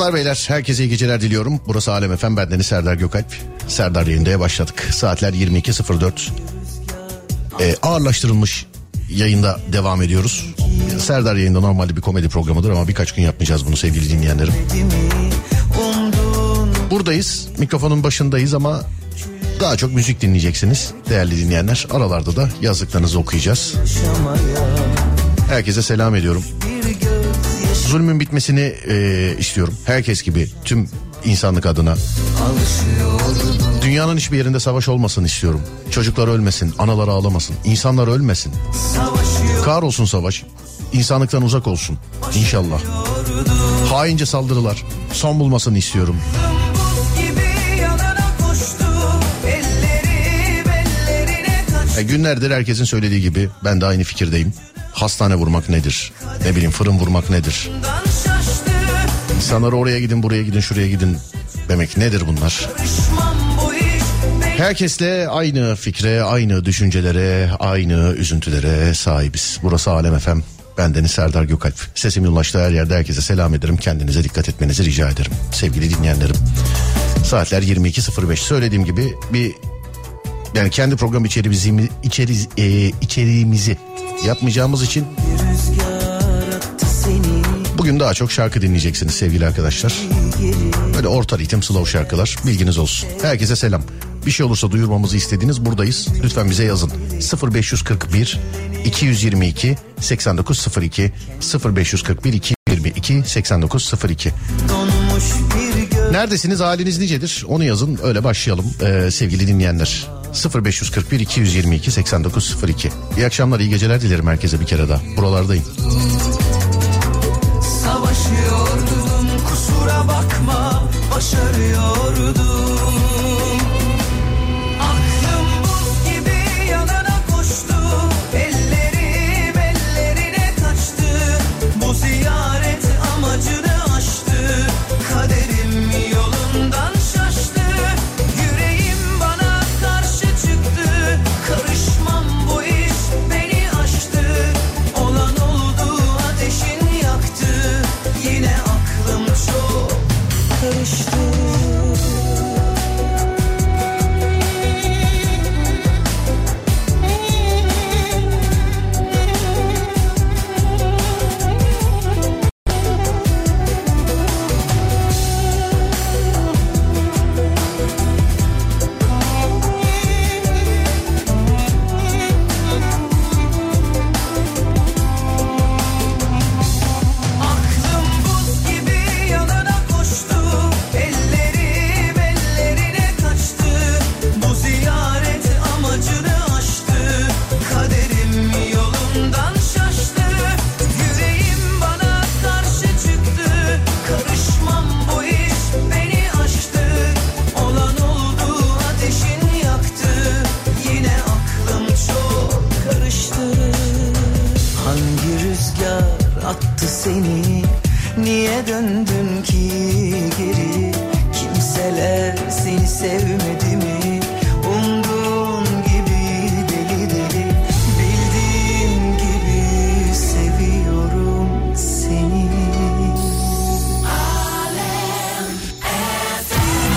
Hanımlar beyler, herkese iyi geceler diliyorum. Burası Alem FM, bendeniz Serdar Gökalp. Serdar yayındaya başladık. Saatler 22.04. Ağırlaştırılmış yayında devam ediyoruz. Serdar yayında normalde bir komedi programıdır ama birkaç gün yapmayacağız bunu sevgili dinleyenlerim. Buradayız, mikrofonun başındayız ama daha çok müzik dinleyeceksiniz değerli dinleyenler. Aralarda da yazdıklarınızı okuyacağız. Herkese selam ediyorum. Zulmün bitmesini istiyorum. Herkes gibi tüm insanlık adına. Dünyanın hiçbir yerinde savaş olmasın istiyorum. Çocuklar ölmesin, analar ağlamasın, insanlar ölmesin. Kahrolsun savaş. İnsanlıktan uzak olsun İnşallah. Haince saldırılar son bulmasını istiyorum. Günlerdir herkesin söylediği gibi ben de aynı fikirdeyim. Hastane vurmak nedir? Ne bileyim, fırın vurmak nedir? İnsanları oraya gidin, buraya gidin, şuraya gidin demek nedir bunlar? Herkesle aynı fikre, aynı düşüncelere, aynı üzüntülere sahibiz. Burası Alem FM. Bendeniz Serdar Gökalp. Sesimin ulaştığı her yerde herkese selam ederim. Kendinize dikkat etmenizi rica ederim sevgili dinleyenlerim. Saatler 22.05. Söylediğim gibi yani kendi program içeriğimizi yapmayacağımız için bugün daha çok şarkı dinleyeceksiniz sevgili arkadaşlar. Böyle orta ritim slow şarkılar, bilginiz olsun. Herkese selam. Bir şey olursa duyurmamızı istediğiniz buradayız. Lütfen bize yazın. 0541 222 8902 0541 222 8902. Neredesiniz, haliniz nicedir? Onu yazın, öyle başlayalım sevgili dinleyenler. 0541 222 8902. İyi akşamlar, iyi geceler dilerim herkese bir kere daha. Buralardayım. Savaşıyordum, kusura bakma, başarıyordum. Aklım buz gibi yanana koştu, ellerim ellerine kaçtı. Bu ziyaret amacını aştı, kaderim yolundan şaştı. Yüreğim bana karşı çıktı, karışmam bu iş beni aştı. Olan oldu, ateşin yaktı, yine aklım çok karıştı. Niye döndün ki geri? Kimseler seni sevmedi mi? Umduğun gibi deli deli, bildiğin gibi seviyorum seni. Alem FM.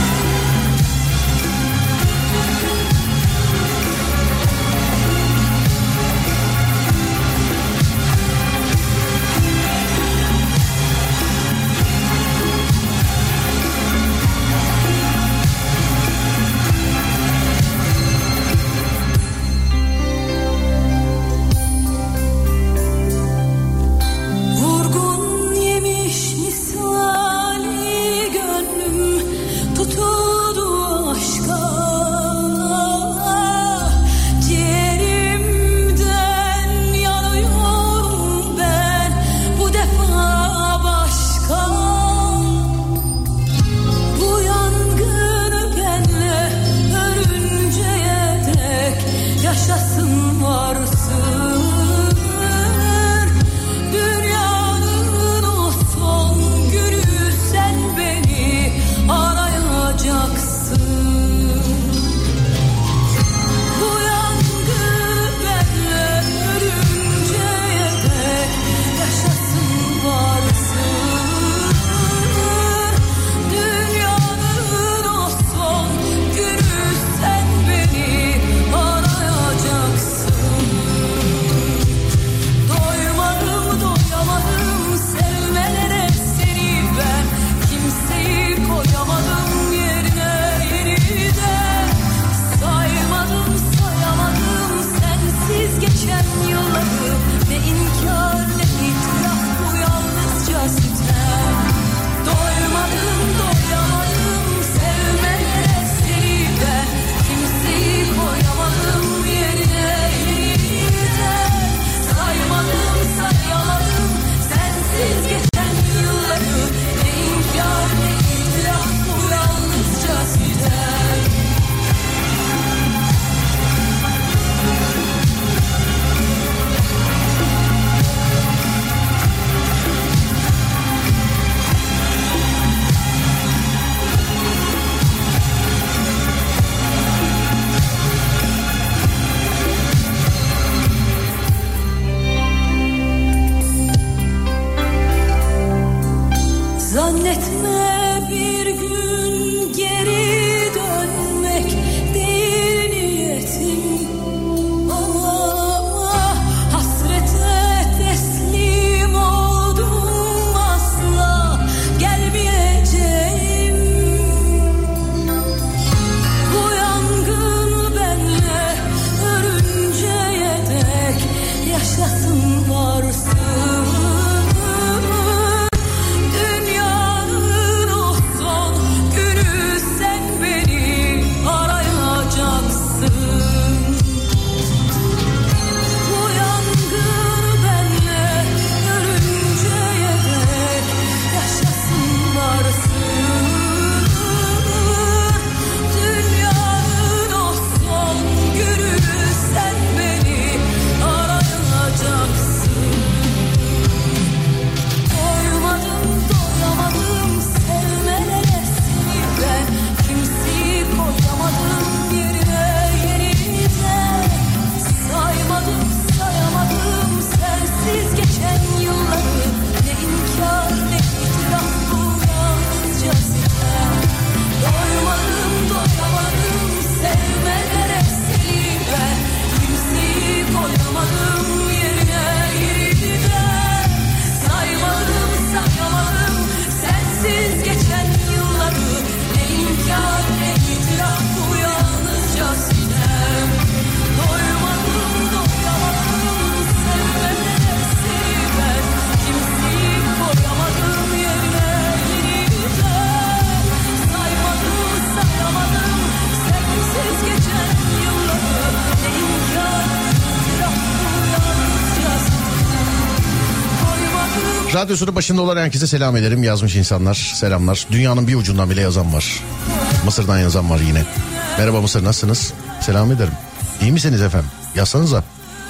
Radyosunun başında olan herkese selam ederim. Yazmış insanlar, selamlar. Dünyanın bir ucundan bile yazan var. Mısır'dan yazan var yine. Merhaba Mısır, nasılsınız? Selam ederim. İyi misiniz efendim? Yazsanıza.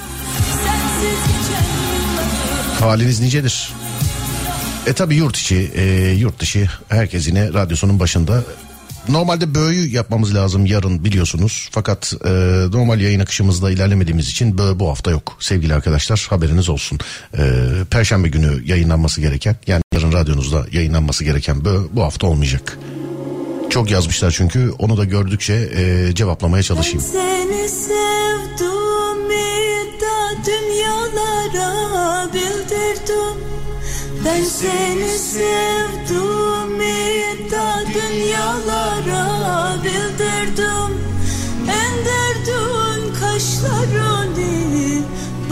Haliniz nicedir? Tabi yurt içi, yurt dışı herkes yine radyosunun başında. Normalde böğü yapmamız lazım yarın biliyorsunuz. Fakat normal yayın akışımızda ilerlemediğimiz için böğü bu hafta yok sevgili arkadaşlar, haberiniz olsun. Perşembe günü yayınlanması gereken, yani yarın radyonuzda yayınlanması gereken böğü bu hafta olmayacak. Çok yazmışlar çünkü, onu da gördükçe cevaplamaya çalışayım. Ben seni sevdiğimi da dünyalara bildirdim. Ben seni sevdiğimi da dünyalara bildirdim. Endirdin kaşlarını,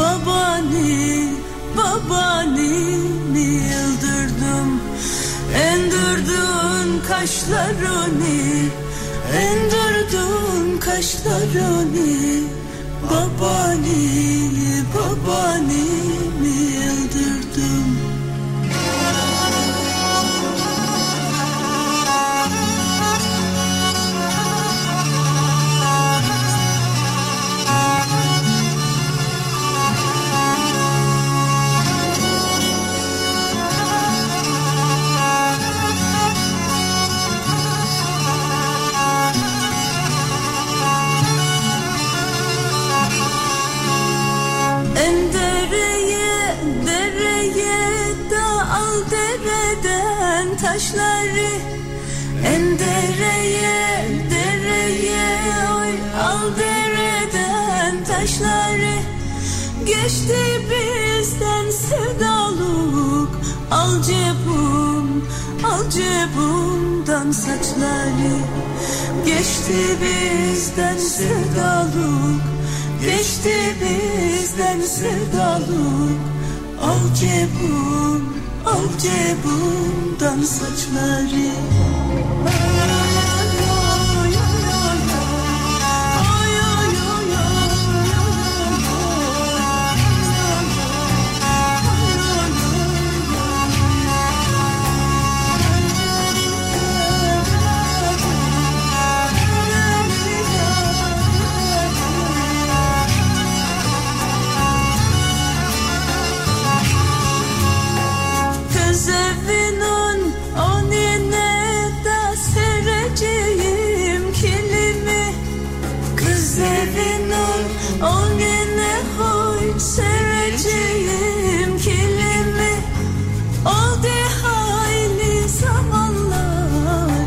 babanı yıldırdım. Endirdin kaşlarını, endirdin kaşlarını, babanı yıldırdım. Taşları en dereye oy, al dereden taşları. Geçti bizden sevdalık, al cebumdan saçları. Geçti bizden sevdalık, geçti bizden sevdalık, al cebumdan saçları. Evinin önüne de sereceğim kilimi. Kız evinin önüne koy sereceğim kilimi. Oldu hayli zamanlar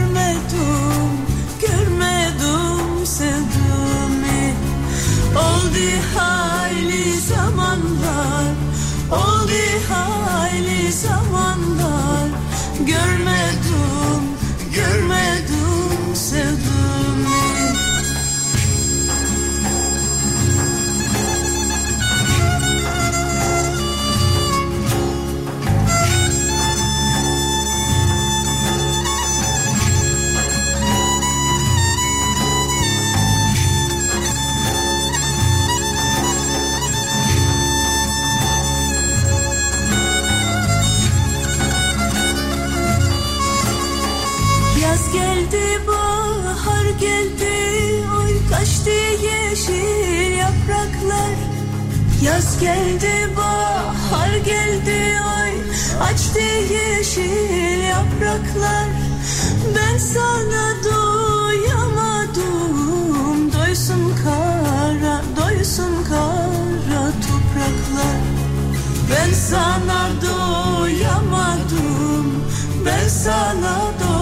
görmedim sevdiğimi. Oldu hayli zamanlar, oldu hayli zamanlar görmedim sevdiğimi. Yaz geldi, bahar geldi, oy kaçtı yeşil yapraklar. Yaz geldi, bahar geldi, oy açtı yeşil yapraklar. Ben sana doyamadım, doysun kara topraklar. Ben sana doyamadım, ben sana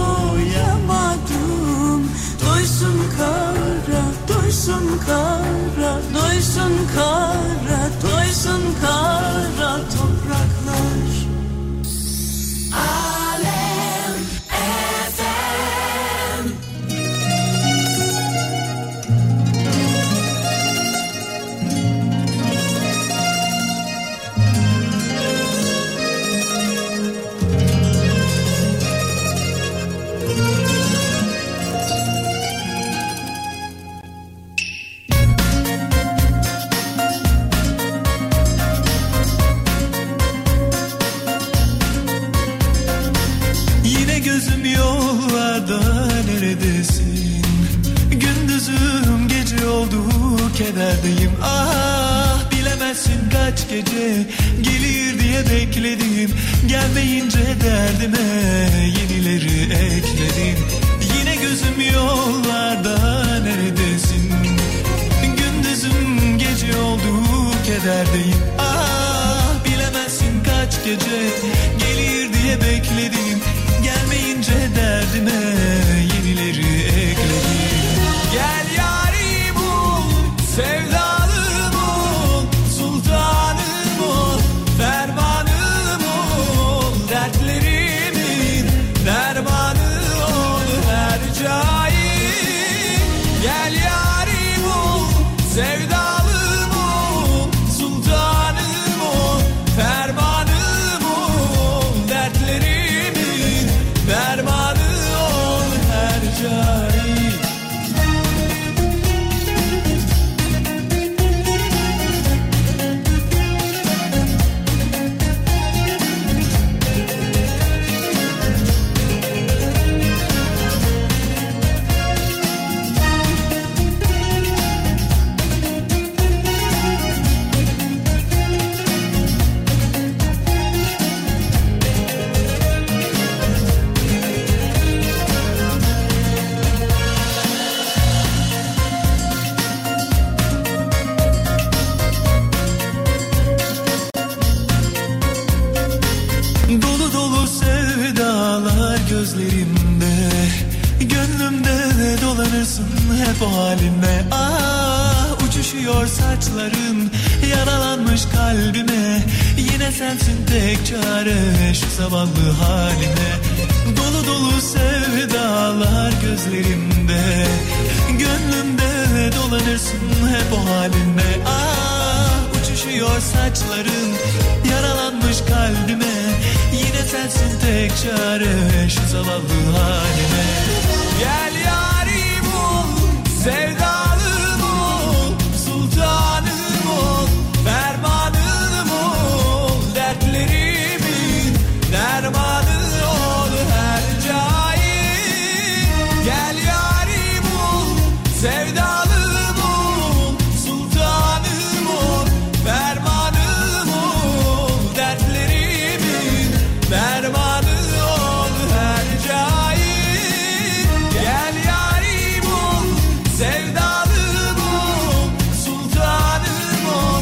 doyamadım. Doysun kara, doysun kara, doysun kara, doysun kara topraklar. Alem FM. kederdeyim. Ah bilemezsin kaç gece gelir diye bekledim. Gelmeyince derdime yenileri ekledin. Yine gözüm yollarda, neredesin? Gündüzüm gece oldu, kederdeyim. Ah bilemezsin kaç gece gelir diye bekledim. Gelmeyince derdime yenileri ekledim. Gel yarim ol, sevdalım ol, sultanım ol, fermanım ol, dertlerimin dermanı ol her cahil. Gel yarim ol, sevdalım ol, sultanım ol, fermanım ol, dertlerimin dermanı ol her cahil. Dolu dolu sevdalar gözlerimde, gönlümde dolanırsın hep o halinle. Ah uçuşuyor saçların, yaralanmış kalbime. Yine sensin tek çare şu zavallı halime. Dolu dolu sevdalar gözlerimde, gönlümde dolanırsın hep o halinle. Ah uçuşuyor saçların, yaralanmış kalbime. Yine sensin tek çare şu zavallı halime. Gel yarim ol, sevdalım ol, sultanım ol, fermanım ol, dertlerimin dermanı ol her cahil. Gel yarim ol, sevdalım ol, sultanım ol, fermanım ol, dertlerimin dermanı ol her cahil. Gel yarim ol, sevdalım ol, sultanım ol,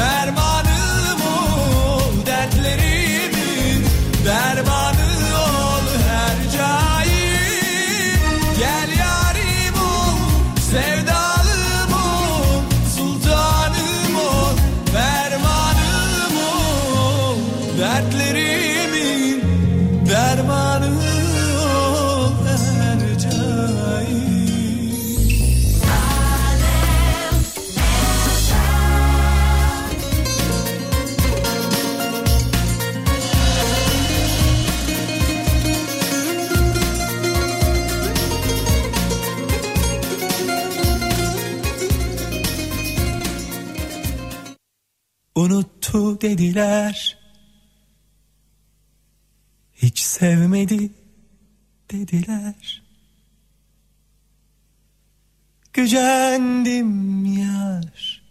fermanım ol, dertlerimin dermanı ol her cahil. Gel yarim ol, sevdalım ol, sultanım ol, fermanım ol, dertlerimin dermanı ol her cahil. Unuttu dediler, hiç sevmedi dediler. Gücendim yar,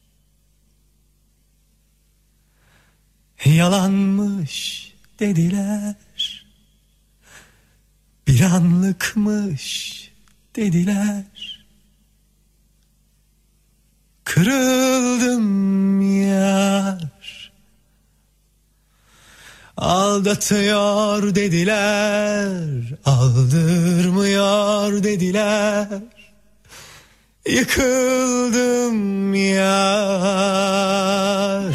yalanmış dediler. Bir anlıkmış dediler. Kırıldım yar, aldatıyor dediler, aldırmıyor dediler. Yıkıldım yar.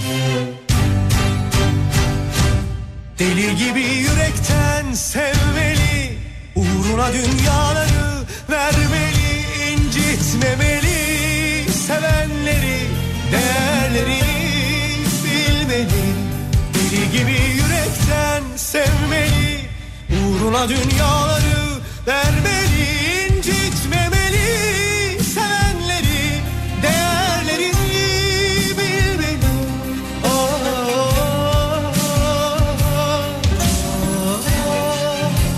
Deli gibi yürekten sevmeli, uğruna dünyaları vermeli, incitmemeli. Sevenleri, değerlerini bilmeli. Deli gibi yürekten sevmeli, uğruna dünyaları vermeli, incitmemeli. Sevenleri, değerlerini bilmeli. Oh, oh,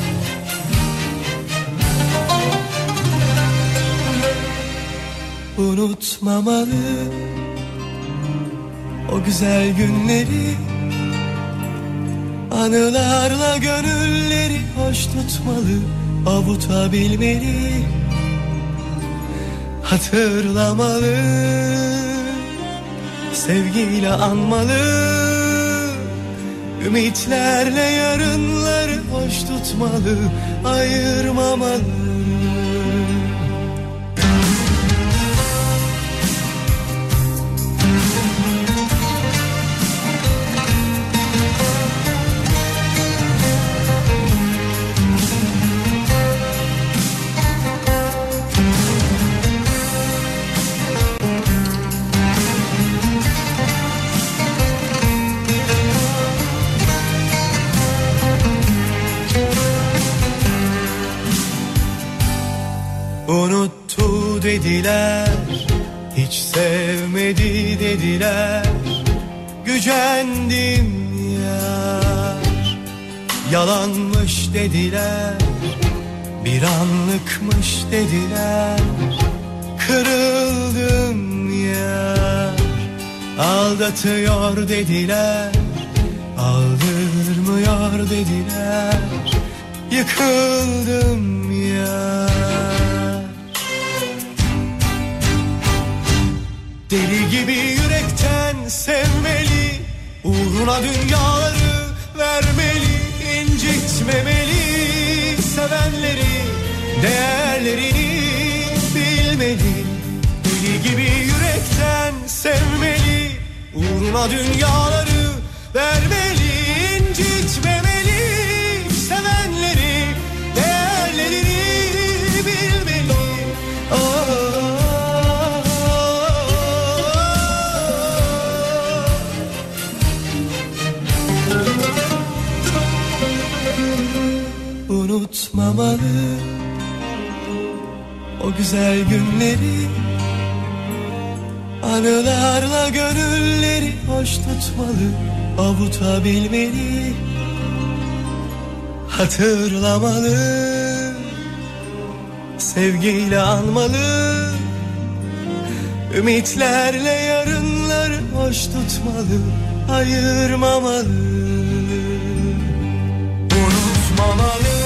oh, oh. Unutmamalı o güzel günleri, anılarla gönülleri hoş tutmalı, avutabilmeli, hatırlamalı, sevgiyle anmalı, ümitlerle yarınları hoş tutmalı, ayırmamalı. Unuttu dediler, hiç sevmedi dediler, gücendim yar. Yalanmış dediler, bir anlıkmış dediler, kırıldım yar. Aldatıyor dediler, aldırmıyor dediler, yıkıldım yar. Deli gibi yürekten sevmeli, uğruna dünyaları vermeli, incitmemeli, sevenleri, değerlerini bilmeli. Deli gibi yürekten sevmeli, uğruna dünyaları vermeli, incitmemeli, sevenleri, değerlerini bilmeli. Unutmamalı o güzel günleri, anılarla gönülleri hoş tutmalı, avutabilmeli, hatırlamalı, sevgiyle anmalı, ümitlerle yarınları hoş tutmalı, ayırmamalı. Unutmamalı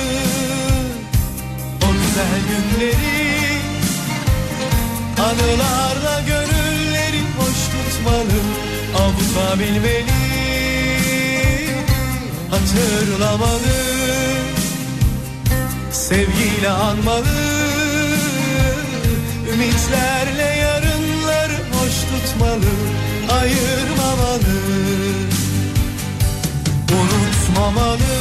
o güzel günleri, anılarla gönülleri hoş tutmalı, avutabilmeli, hatırlamalı, sevgiyle anmalı, ümitlerle yarınları hoş tutmalı, ayırmamalı. Unutmamalı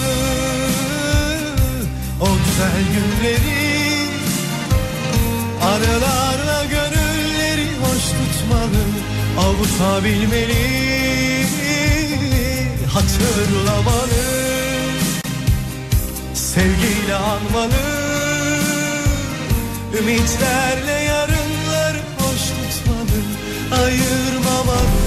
o güzel günleri, anılarla gönülleri hoş tutmalı, avutabilmeli, hatırlamalı, sevgiyle anmalı, ümitlerle yarınları hoş tutmalı, ayırmamalı.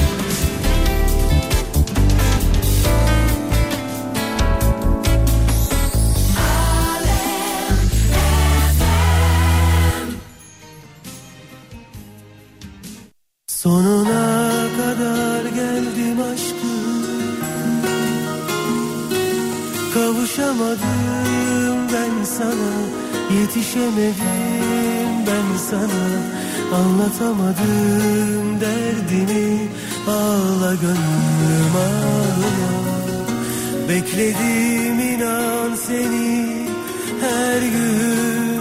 Sonuna kadar geldim aşkım, kavuşamadım ben sana, yetişemedim ben sana, anlatamadım derdimi, ağla gönlüm ağla. Bekledim inan seni her gün,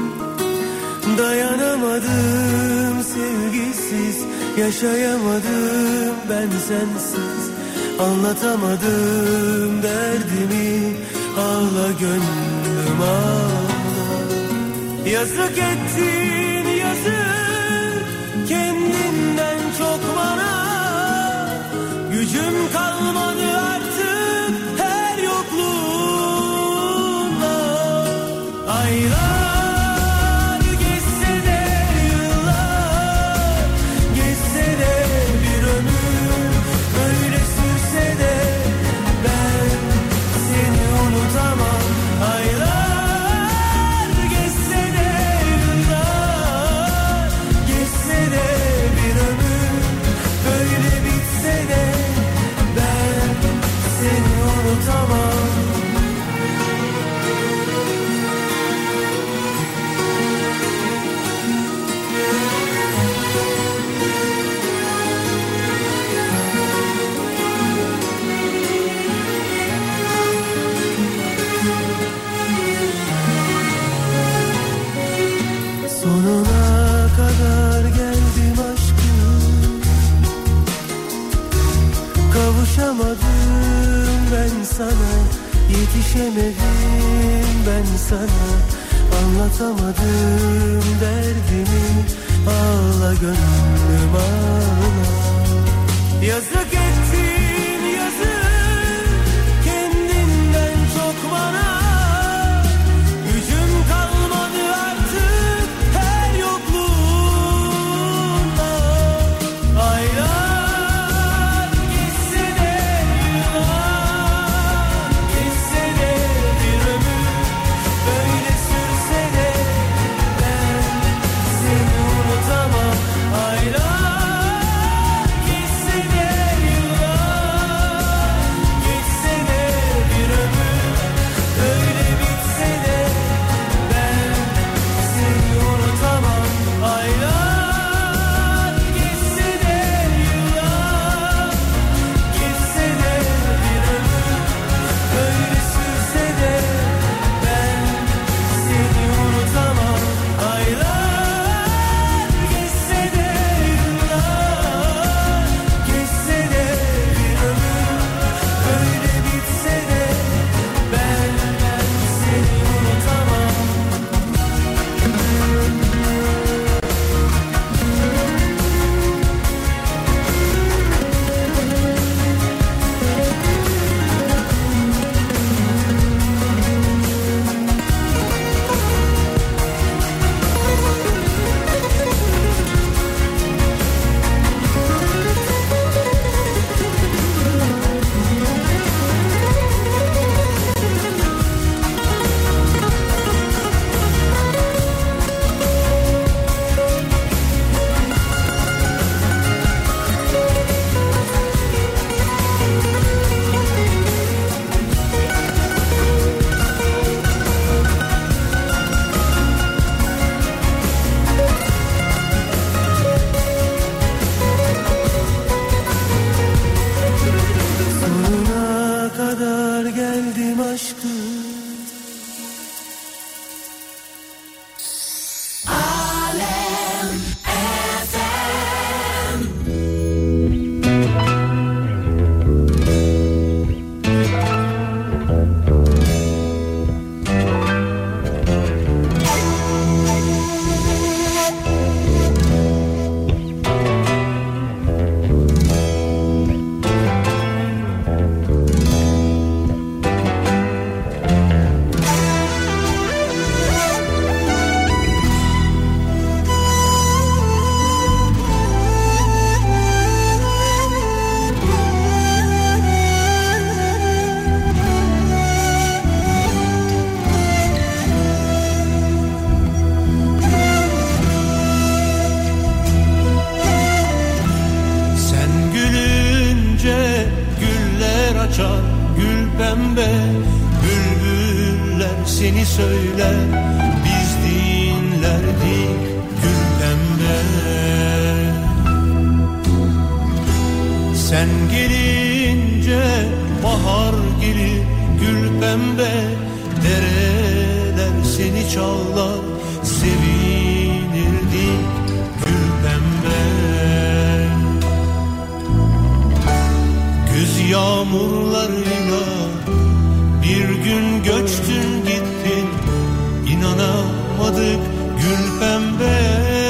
dayanamadım sevgisiz, yaşayamadım ben sensiz, anlatamadım derdimi, ağla gönlüm ağla. Yazık ettin yazık, kendinden çok bana, gücüm kalmadı artık her yokluğunda. Aylar Sonuna kadar geldim aşkım, kavuşamadım ben sana, yetişemedim ben sana, anlatamadım derdimi, ağla gönlüm ağla. Yazık ettin yazık, kendinden çok bana, gücüm kalmadı artık her yokluğunda. Aylar geçse de yıllar geçse de bir ömür böyle sürse de ben seni unutamam. Aylar geçse de yıllar geçse de bir ömür böyle bitse de ben seni unutamam. Aylar geçse de yıllar geçse de bir ömür böyle sürse de ben seni unutamam. Aylar geçse de yıllar geçse de bir ömür böyle bitse de ben seni unutamam. Sonuna kadar geldim aşkım. Sen gülünce güller açar gül pembe, bülbüller seni söyler, biz dinlerdik gül pembe. Sen gelince bahar gelir gül pembe, dereler seni çalar, sevinirdik gül pembe. Güz yağmurlarıyla bir gün göçtün gittin, inanamadık gül pembe.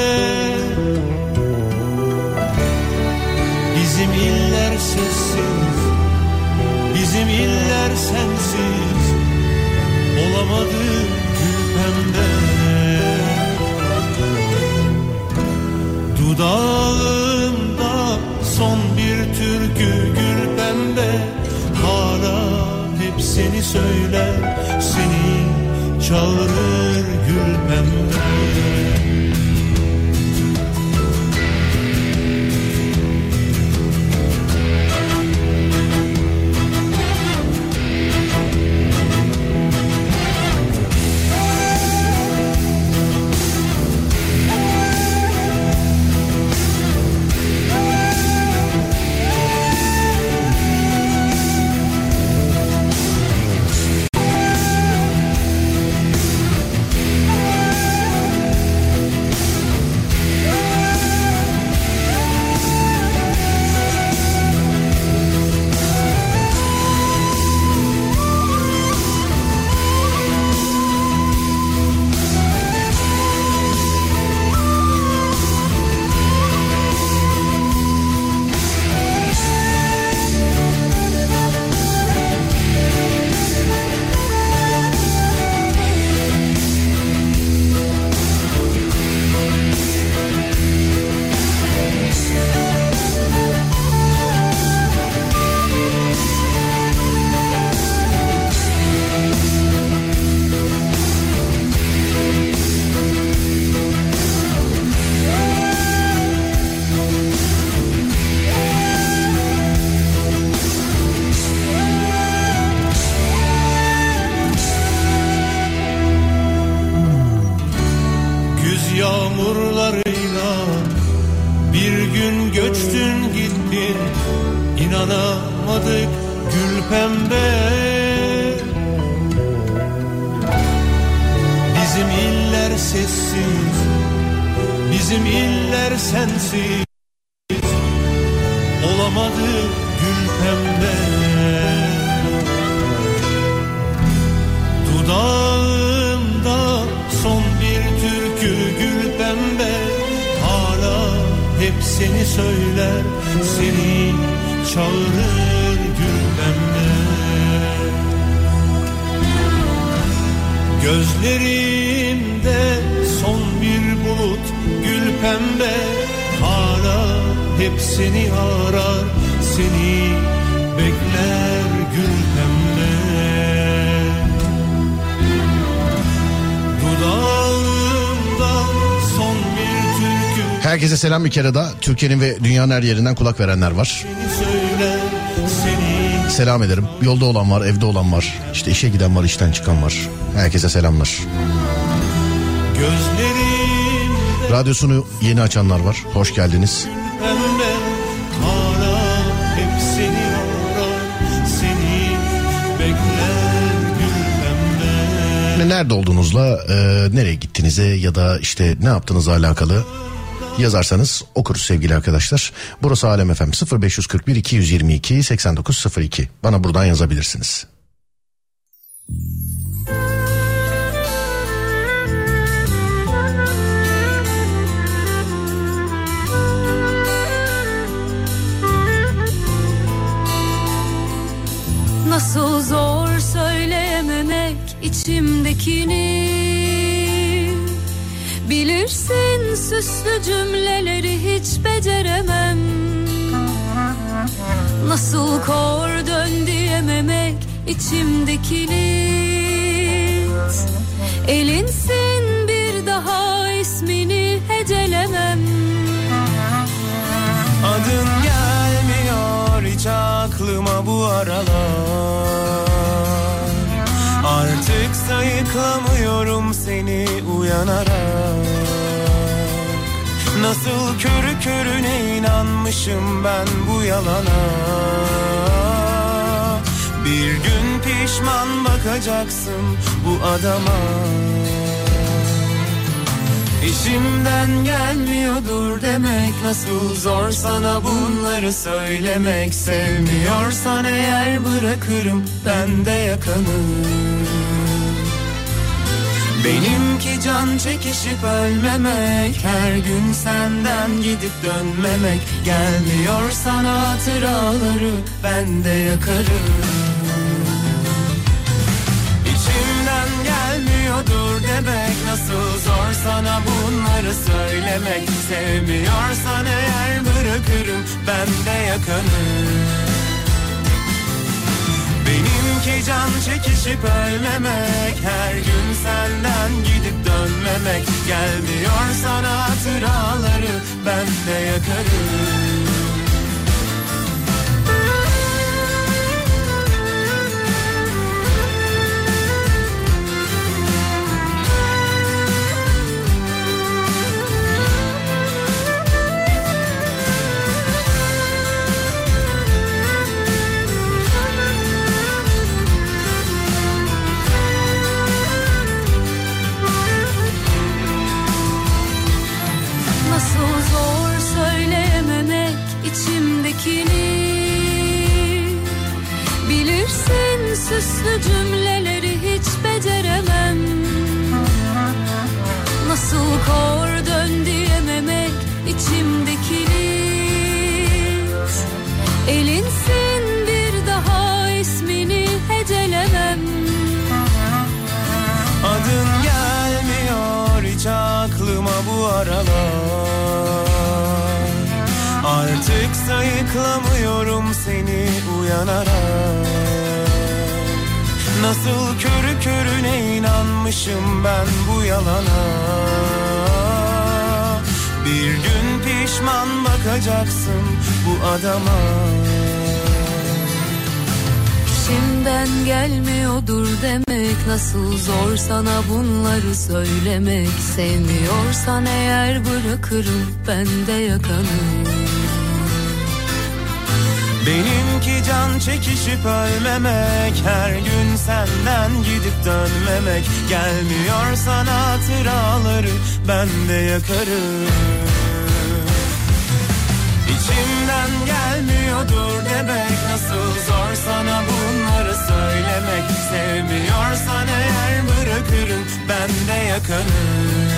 Bizim iller sessiz, bizim iller sensiz, olamadı gül pembe. Dudağımda son bir türkü gül pembe, hala hep seni söyler, seni çağırır gül pembe. yağmurlarıyla bir gün göçtün gittin, inanamadık gül pembe. Bizim iller sessiz, bizim iller sensiz, olamadı gül pembe. Dudağımda son bir türkü gül pembe, hala hep seni söyler, seni çağırır gül pembe. Gözlerimde son bir bulut gül pembe, hala hep seni arar, seni bekler gül pembe. Dudağımda son bir türkü. Herkese selam bir kere daha. Türkiye'nin ve dünyanın her yerinden kulak verenler var. Selam ederim. Yolda olan var, evde olan var. İşte işe giden var, işten çıkan var. Herkese selamlar. Radyosunu yeni açanlar var. Hoş geldiniz. Nerede olduğunuzla, nereye gittiğinize ya da işte ne yaptığınızla alakalı yazarsanız okuruz sevgili arkadaşlar. Burası Alem FM 0541 222 8902. Bana buradan yazabilirsiniz. Nasıl zor söylememek içimdekini, bilirsin süslü cümleleri hiç beceremem. Nasıl kor dön diyememek içimdekini, elinsin bir daha ismini hecelemem. Adın gelmiyor hiç aklıma bu aralar, artık sayıklamıyorum seni uyanarak. Nasıl körü körüne inanmışım ben bu yalana, bir gün pişman bakacaksın bu adama. İçimden gelmiyordur demek, nasıl zor sana bunları söylemek. Sevmiyorsan eğer bırakırım ben de yakanı. Benimki can çekişip ölmemek, her gün senden gidip dönmemek. Gelmiyor sana hatıraları ben de yakarım. Gelmiyordur demek, nasıl zor sana bunları söylemek. Sevmiyorsan eğer bırakırım ben de yakanı. Benimki can çekişip ölmemek, her gün senden gidip dönmemek. Gelmiyor sana hatıraları ben de yakarım. Bilirsin süslü cümleleri hiç beceremem. Nasıl kor dön diyememek içimdekini, elinsin bir daha ismini hecelemem. Adın gelmiyor hiç aklıma bu aralar, artık sayıklamıyorum seni uyanarak. Nasıl körü körüne inanmışım ben bu yalana, bir gün pişman bakacaksın bu adama. İçimden gelmiyordur demek, nasıl zor sana bunları söylemek. Sevmiyorsan eğer bırakırım ben de yakanı. Benimki can çekişip ölmemek, her gün senden gidip dönmemek. Gelmiyor sana hatıraları ben de yakarım. İçimden gelmiyordur demek, nasıl zor sana bunları söylemek. Sevmiyorsan eğer bırakırım ben de yakarım.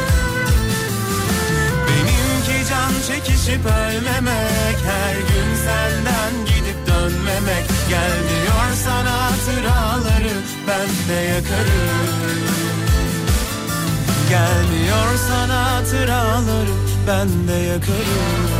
Benimki can çekişip ölmemek, her gün senden gidip dönmemek. Gelmiyor sana hatıraları ben de yakarım. Gelmiyor sana hatıraları ben de yakarım.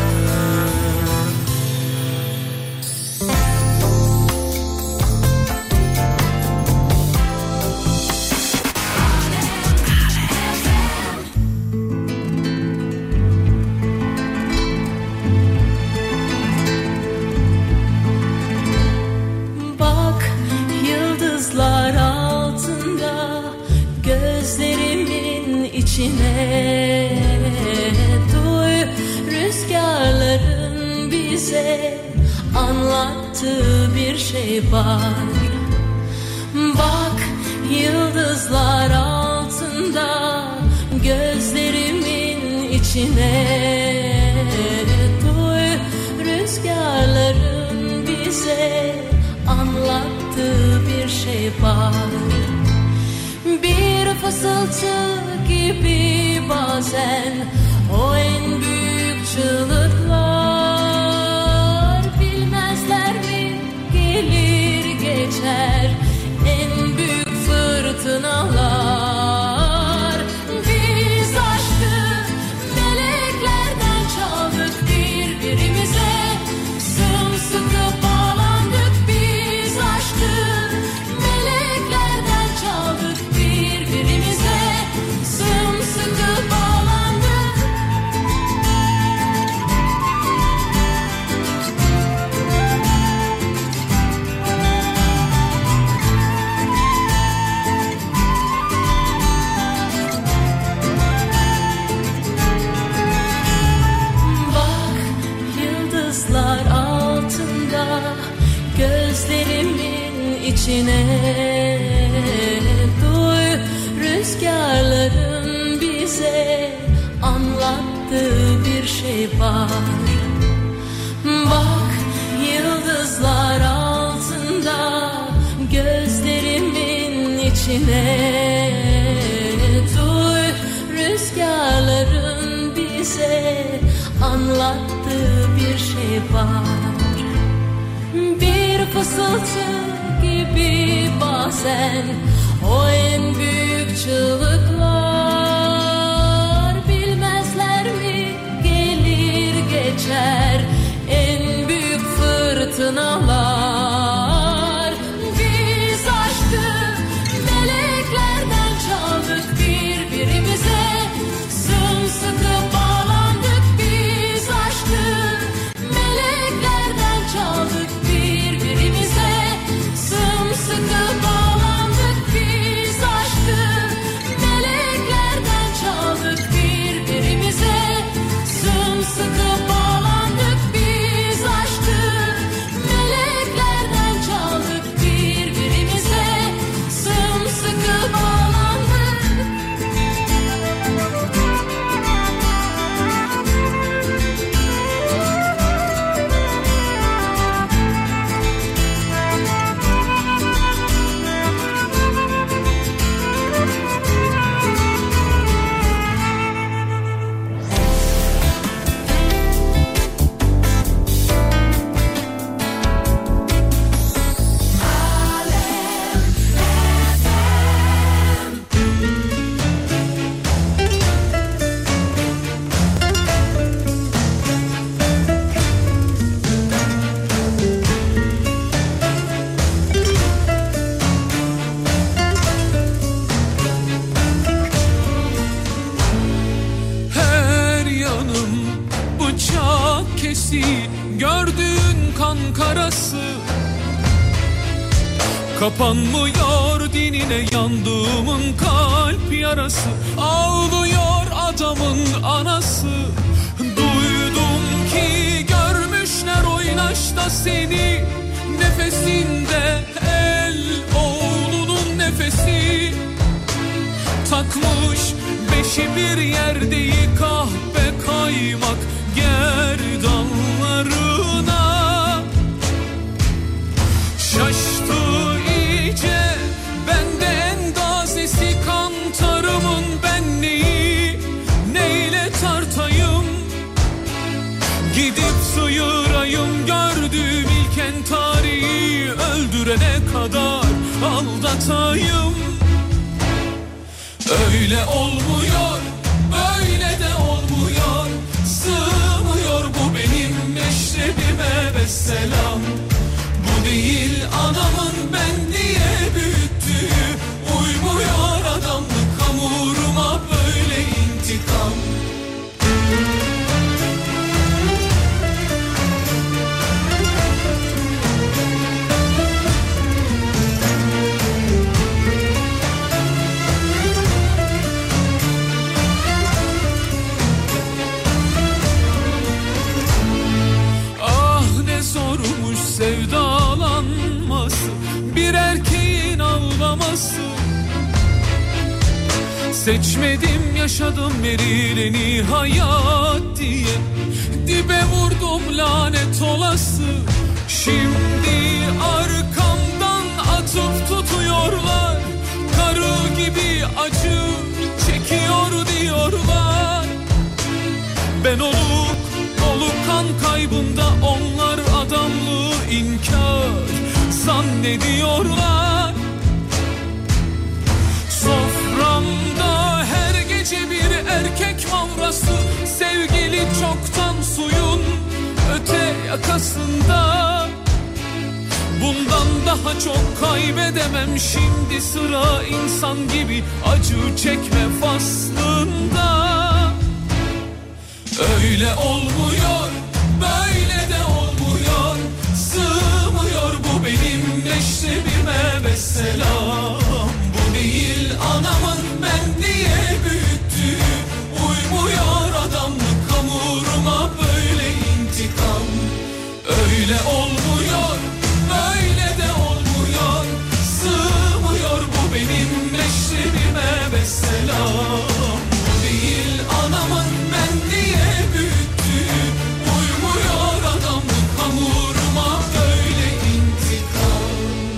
İçine duy, rüzgarların bize anlattığı bir şey var. Bak yıldızlar altında gözlerimin içine duy, rüzgarların bize anlattığı bir şey var. Bir fısıltı gibi bazen o en büyük çığlıklar. Bilmezler mi gelir geçer en büyük fırtınalar. Biz aşkı meleklerden çaldık birbirimize, sımsıkı bağlandık. Biz aşkı meleklerden çaldık birbirimize, sımsıkı bağlandık. Bak yıldızlar altında gözlerimin içine duy, rüzgarların bize anlattığı bir şey var. Bak yıldızlar altında gözlerimin içine duy, rüzgarların bize anlattığı bir şey var. Bir fısıltı gibi bazen o en büyük çığlıklar. Bilmezler mi gelir geçer en büyük fırtınalar. Biz aşkı meleklerden çaldık birbirimize, sımsıkı bağlandık. Biz aşkı meleklerden çaldık birbirimize, sımsıkı bağlandık. Biz aşkı meleklerden çaldık birbirimize, sımsıkı bağlandık. Biz aşkı meleklerden çaldık birbirimize, sımsıkı bağlandık. Her yanım bıçak kesi, gördüğün kan karası. Kapanmıyor dinine yandığımın kalp yarası. Ağlıyor adamın anası. Duydum ki görmüşler oynaşta seni. Nefesinde el oğlunun nefesi. Takmış beşi bir yerdeyi kahpe kaymak gerdanlarına. Şaştı iyice bende endazesi, kantarımın benliği neyle tartayım? Gidip sıyırayım gördüğüm ilk entariyi, öldürene kadar aldatayım. Öyle olmuyor, böyle de olmuyor. Sığmıyor bu benim meşrebime vesselam. Bu değil anamın ben diye büyüttüğü, uymuyor adamlık hamuruma böyle intikam. Sevdalanması, bir erkeğin ağlaması. Seçmedim yaşadım verileni hayat diye. Dibe vurdum lanet olası. Şimdi arkamdan atıp tutuyorlar. Karı gibi acı çekiyor diyorlar. Ben olup kan kaybında, onlar adamlığı inkar zannediyorlar. Soframda her gece bir erkek mavrası. Sevgili çoktan suyun öte yakasında. Bundan daha çok kaybedemem, şimdi sıra insan gibi acı çekme faslında. Öyle olmuyor, böyle de olmuyor. Sığmıyor bu benim meşrebime vesselam. Bu değil anamın ben diye büyüttüğü, uymuyor adamlık hamuruma böyle intikam. Öyle olmuyor, böyle de olmuyor. Sığmıyor bu benim meşrebime vesselam. Bu değil anamın ben diye büyüttüğü, uymuyor adamlık hamuruma böyle intikam.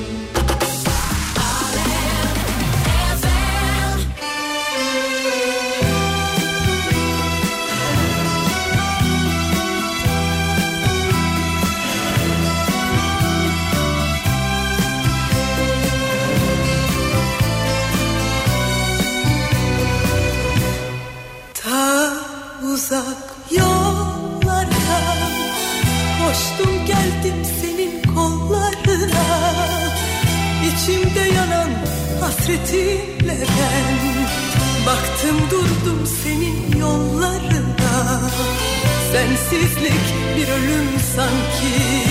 Ta uzak yollardan koştum geldim senin kollarına. İçimde yanan hasretinle ben baktım durdum senin yollarına. Sensizlik bir ölüm sanki.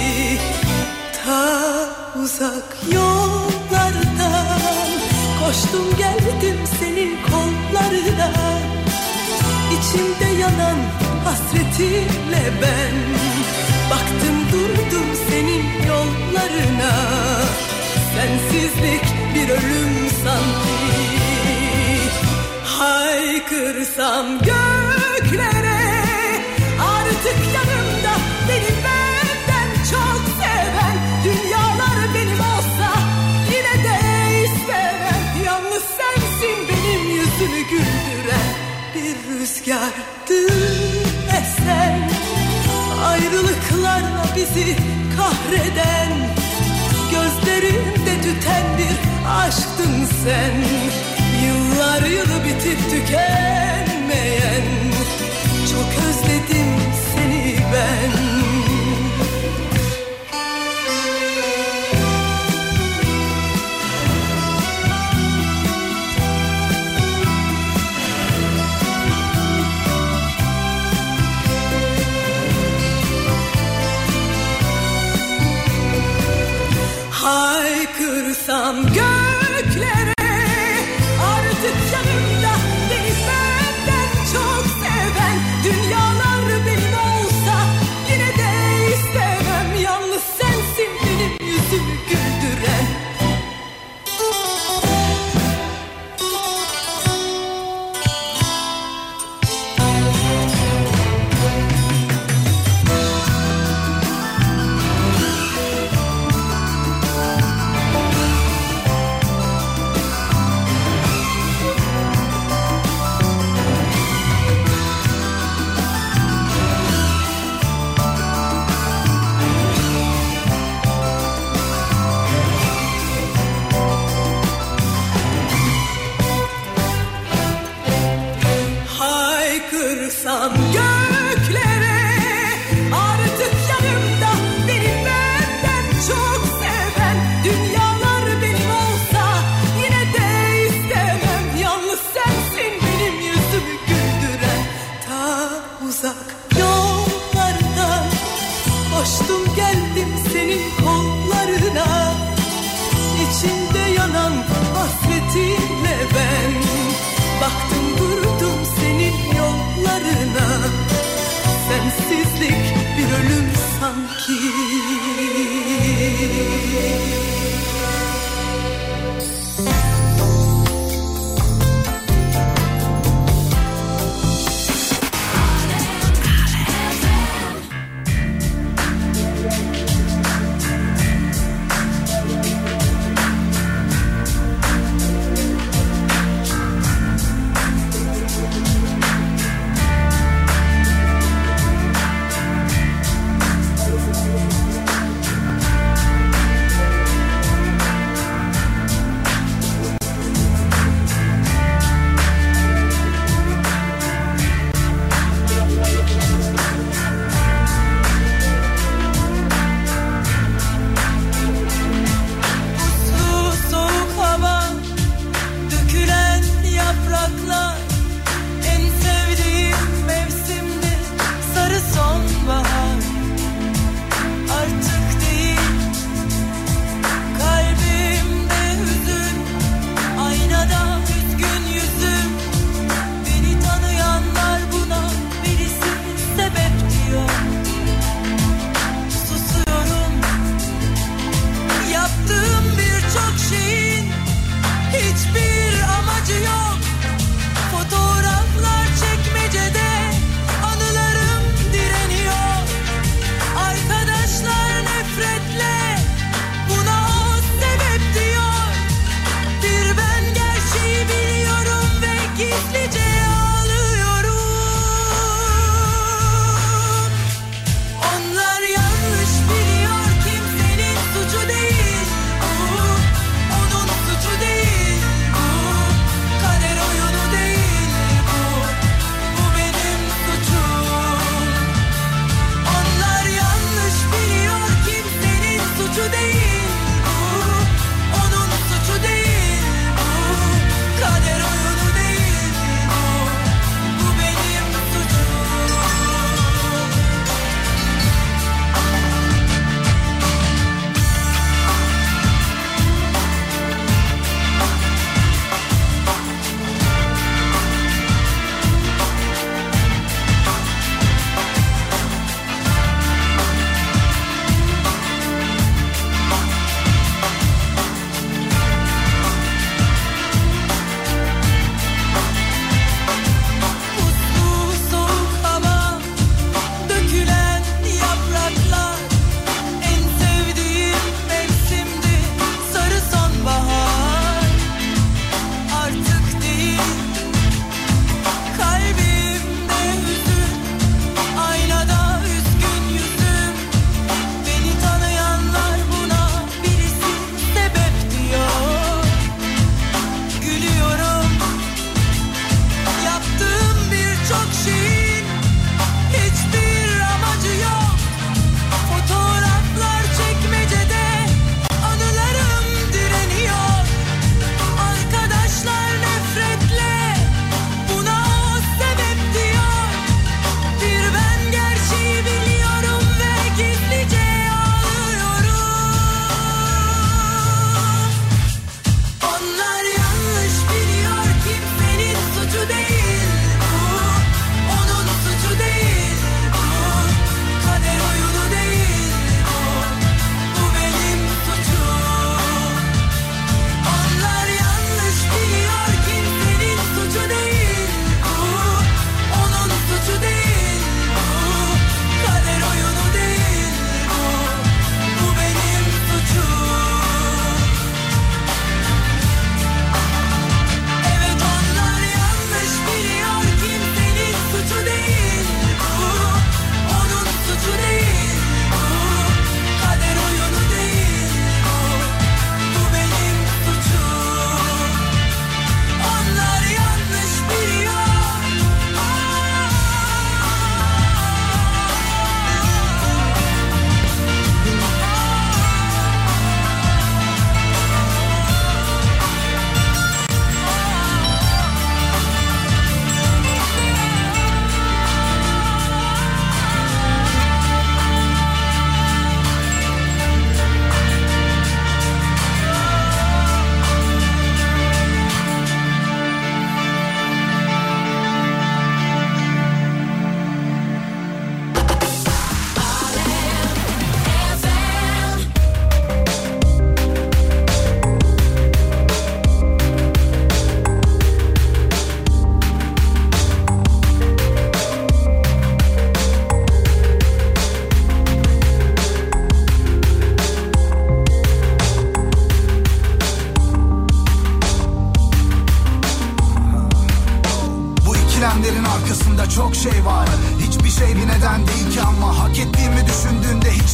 Ta uzak yollardan koştum geldim senin kollarına. İçimde yanan hasretinle ben baktım durdum senin yollarına. Sensizlik bir ölüm sanki. Haykırsam göklere artık yanımda beni benden çok seven. Dünyalar benim olsa yine de istemem. Yalnız sensin benim yüzümü güldüren. Bir rüzgardı esen, ayrılıklarla bizi kahreden. Gözlerimde tüten bir aşktın sen. Yıllar yılı bitip tükenmeyen. Çok özledim seni ben. Haykır kırsam göklere, artık yanımda beni benden çok seven, dünyalar benim olsa yine de istemem. Yalnız sensin benim yüzümü güldüren. Haykırsam göklere, artık yanımda beni benden çok seven, dünyalar benim olsa yine de istemem. Yalnız sensin benim yüzümü güldüren. Ta uzak yollardan koştum geldim senin kollarına, İçimde yanan hasretinle ben baktım durdum senin yollarına. Sensizlik bir ölüm sanki.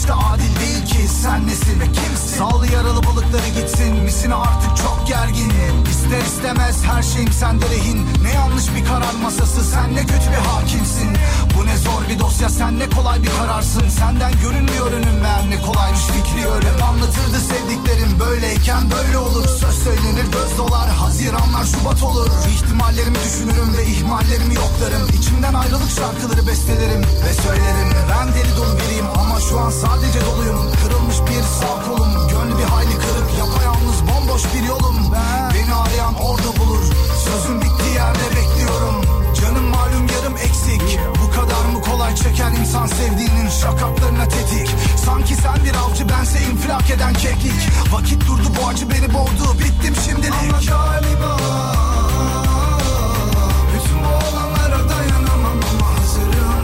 de adil değil ki. Sen nesin ve kimsin? Sal yaralı balıkları gitsin. Misin artık çok gerginim. İster istemez her şeyim sende rehin. Ne yanlış bir karar masası, sen ne kötü bir hakimsin. Bu ne zor bir dosya, sen ne kolay bir kararsın. Senden görünmüyor önüm meğer ne kolaymış fikri ölüm. Anlatırdı sevdiklerim böyleyken böyle olur. Söz söylenir göz dolar, haziranlar şubat olur. İhtimallerimi düşünürüm ve ihmallerimi yoklarım. İçimden ayrılık şarkıları bestelerim ve söylerim. Ben deli dolu biriyim ama şu an sadece doluyum. Kırılmış bir sağ kolum, gönlü bir hayli kırık. Yapayalnız bomboş bir yolum. Beni arayan orada bulur. Sözüm bittiği yerde bekliyorum. Canım malum yarım eksik. Bu kadar mı kolay çeker insan sevdiğinin şakaklarına tetik? Sanki sen bir avcı, bense infilak eden keklik. Vakit durdu, bu acı beni boğdu. Bittim şimdilik. Ama galiba bütün bu olanlara dayanamam ama hazırım.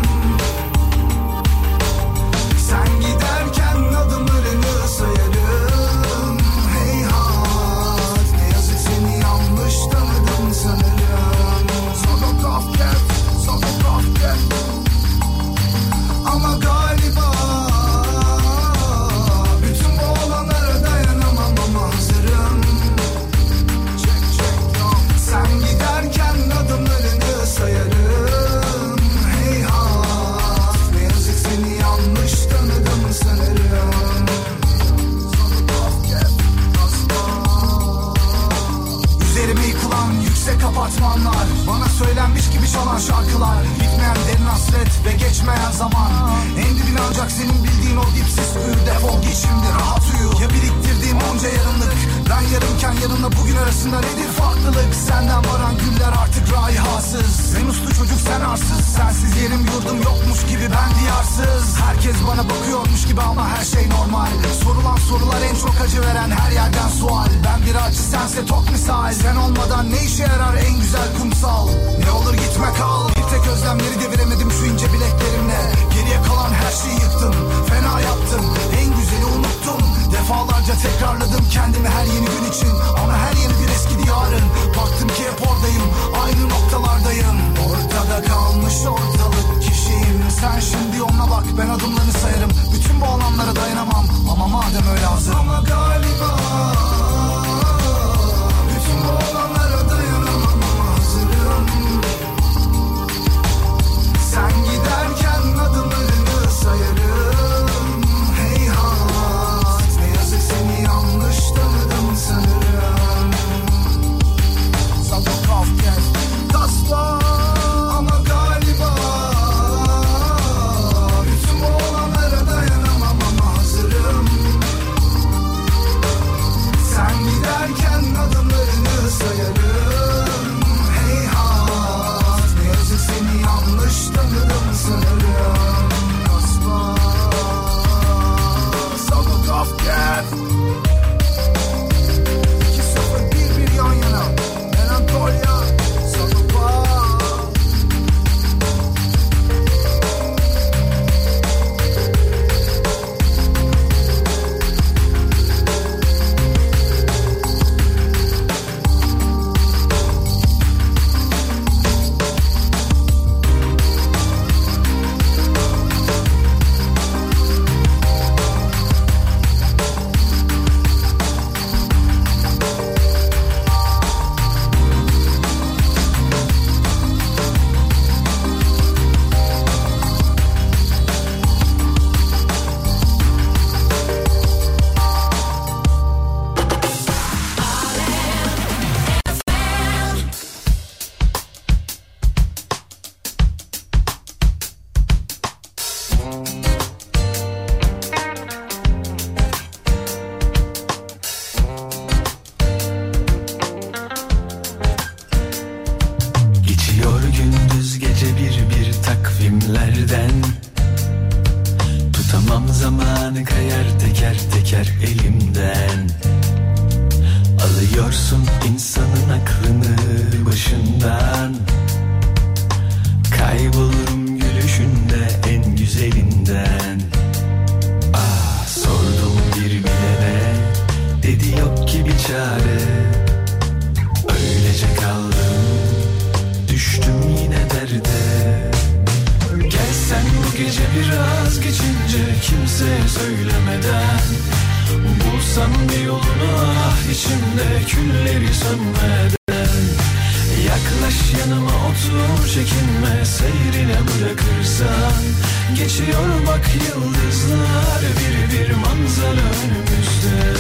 Sen giderken adımlarını sayarım. Heyhat, ne yazık seni yanlış tanıdım sanırım. Ama galiba bütün bu olanlara dayanamam ama hazırım. Sen giderken adımlarını sayarım. Heyhat, ne yazık seni yanlış tanıdım sanırım. Üzerime yıkılan yüksek apartmanlar, bana söylenmiş gibi çalan şarkılar, bitmeyen derin hasret ve geçmeyen zaman. En dibin ancak senin bildiğin o dipsiz kuyu. Defol git şimdi, rahat uyu. Ya biriktirdiğim onca yarınlık, ben yarımken yanımla bugün arasında nedir farklılık? Senden varan güller artık raihasız. En uslu çocuk sen arsız. Sensiz yerim yurdum yokmuş gibi ben diyarsız. Herkes bana bakıyormuş gibi ama her şey normal. Sorulan sorular en çok acı veren, her yerden sual. Ben bir acı, sense tok misal. Sen olmadan ne işe yarar en güzel kumsal? Ne olur gitme kal. Bir tek özlemleri deviremedim şu ince bileklerimle. Geriye kalan her şeyi yıktım, fena yaptım. En güzeli unuttum. Defalarca tekrarladım kendimi her yeni gün için. Ama her yeni gün eskidi yarın. Baktım ki hep oradayım, aynı noktalardayım. Ortada kalmış ortalık kişiyim. Sen şimdi yoluna bak, ben adımlarını sayarım. Bütün bu alanlara dayanamam ama madem öyle hazır. Ama galiba bütün bu olanlara dayanamam ama hazırım. Sen giderken adımlarını sayarım. Heyhat, ne yazık seni yanlış tanıdım sanırım. Sabah gel, tasla. Ama galiba bütün bu olanlara dayanamam ama hazırım. Sen giderken adımlarını sayarım. Heyhat, ne yazık seni yanlış tanıdım sanırım. Asla. Sabah gel. 2-0-1-1 yan yana. Melankolya. Sabah. Geçiyor gündüz gece bir takvimlerden. Tutamam zamanı, kayar teker teker elimden. Alıyorsun insanın aklını başından. Kaybolurum gülüşünde en güzelinden. Sordum bir bilene, dedi yok ki bir çare. Öylece kaldım, düştüm yine derde. Gel sen bu gece biraz geçince kimseye söylemeden bulsan bir yolunu ah içimde külleri sönmeden. Yaklaş yanıma otur çekinme seyrine bırakırsan. Geçiyor bak yıldızlar bir bir manzara önümüzde.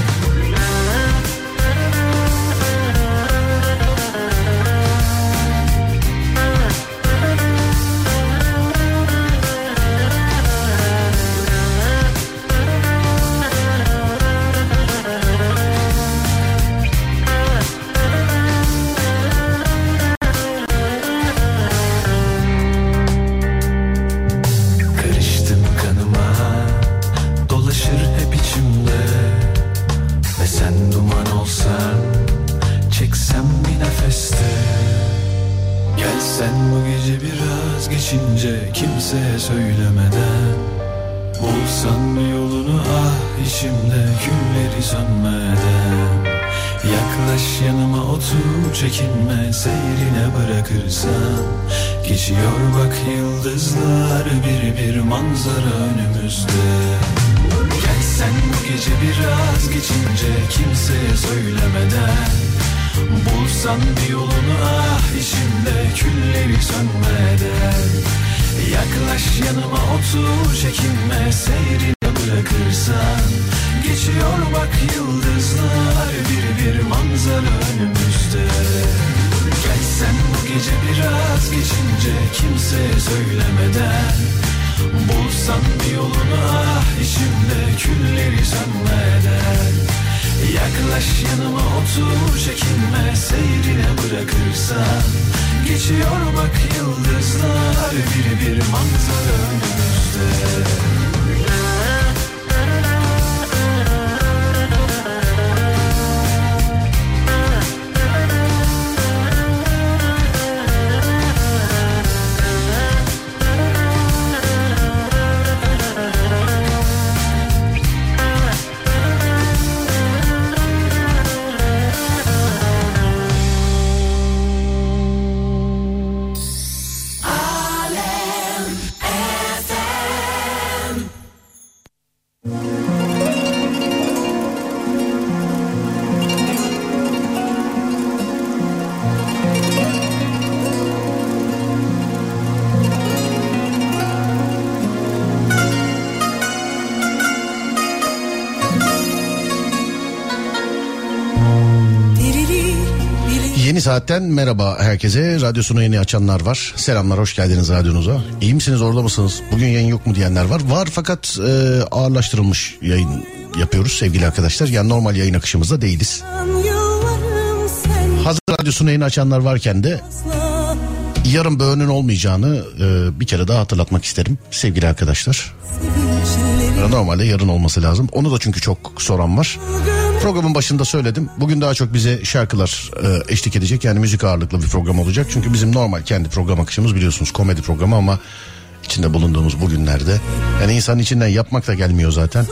Kimseye söylemeden bulsan bir yolunu ah içimde külleri sönmeden. Yaklaş yanıma otur çekinme seyrine bırakırsan. Geçiyor bak yıldızlar bir bir manzara önümüzde. Gel sen bu gece biraz geçince kimseye söylemeden bulsan bir yolunu ah içimde külleri sönmeden. Yaklaş yanıma otur çekinme seyrine bırakırsan. Geçiyor bak yıldızlar bir bir manzara önümüzde. Gel sen bu gece biraz geçince kimseye söylemeden bulsan bir yolunu ah içimde külleri sönmeden. Yaklaş yanıma otur çekinme seyrine bırakırsan. Geçiyor bak yıldızlar bir bir manzara önümüzde. Saatten merhaba herkese. Radyosunu yeni açanlar var. Selamlar, hoş geldiniz radyonuza. İyi misiniz, orada mısınız? Bugün yayın yok mu diyenler var. Var fakat ağırlaştırılmış yayın yapıyoruz sevgili arkadaşlar. Yani normal yayın akışımızda değiliz. Hazır radyosunu yeni açanlar varken de yarın böğünün olmayacağını bir kere daha hatırlatmak isterim sevgili arkadaşlar. Normalde yarın olması lazım. Onu da çünkü çok soran var. Programın başında söyledim. Bugün daha çok bize şarkılar eşlik edecek. Yani müzik ağırlıklı bir program olacak. Çünkü bizim normal kendi program akışımız biliyorsunuz komedi programı ama içinde bulunduğumuz bugünlerde yani insanın içinden yapmak da gelmiyor zaten.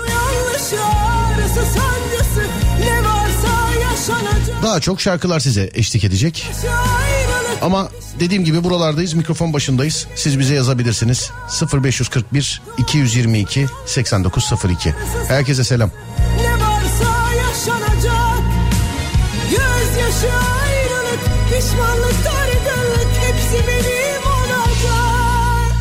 Daha çok şarkılar size eşlik edecek. Ama dediğim gibi buralardayız, mikrofon başındayız. Siz bize yazabilirsiniz. 0541 222 8902. Herkese selam. Gözyaşı, ayrılık, pişmanlık, dargınlık hepsi benim olacak.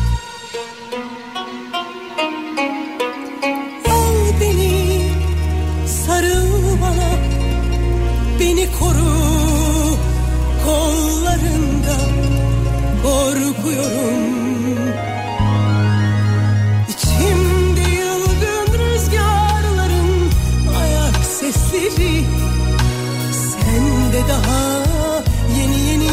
Al beni, sarıl bana, beni koru kollarında, korkuyorum. İçimde yılgın rüzgarların ayak sesleri. Sende daha yeni yeni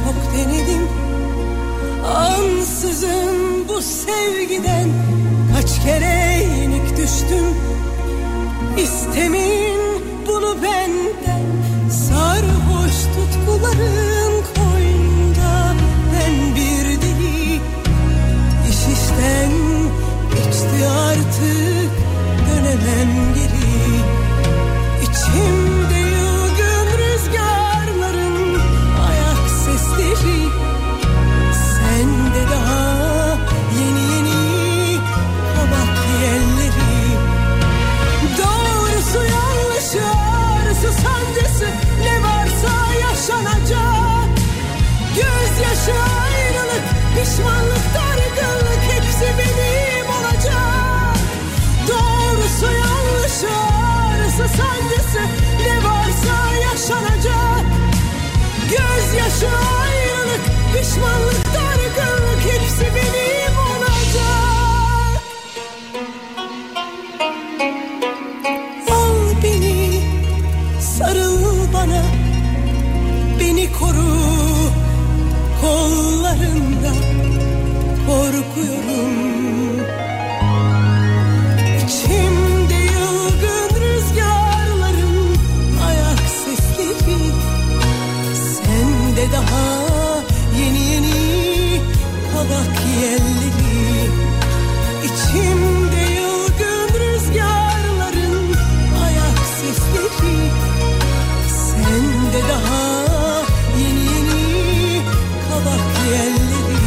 çok denedim. Ansızın bu sevgiden kaç kere yenik düştüm. İstemin bunu benden, sarhoş tutkuların koynunda. Ben bir deli, iş işten geçti artık, dönemem geri. İçimde yılgın rüzgarların ayak sesleri, sende daha yeni yeni kabak yelleri. Doğrusu yanlışı, ağrısı sancısı ne varsa yaşanacak. Gözyaşı, ayrılık, pişmanlık, dargınlık hepsi benim olacak. Doğrusu yanlışı, ağrısı sancısı ne varsa yaşanacak. Gözyaşı, ayrılık, pişmanlık, dargınlık hepsi benim olacak. Al beni, sarıl bana, beni koru kollarında. Korkuyorum, İçimde yılgın rüzgarların ayak sesleri, sende daha yeni yeni kavak yelleri. İçimde yılgın rüzgarların ayak sesleri, sende daha yeni yeni kavak yelleri.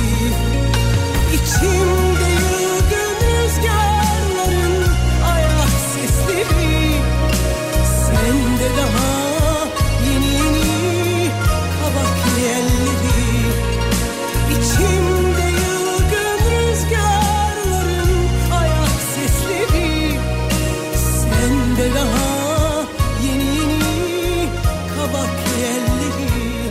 İçimde yılgın rüzgarların ayak sesleri, sende daha yeni yeni kabak yelleri. İçimde yılgın rüzgarların ayak sesleri, sende daha yeni yeni kabak yelleri.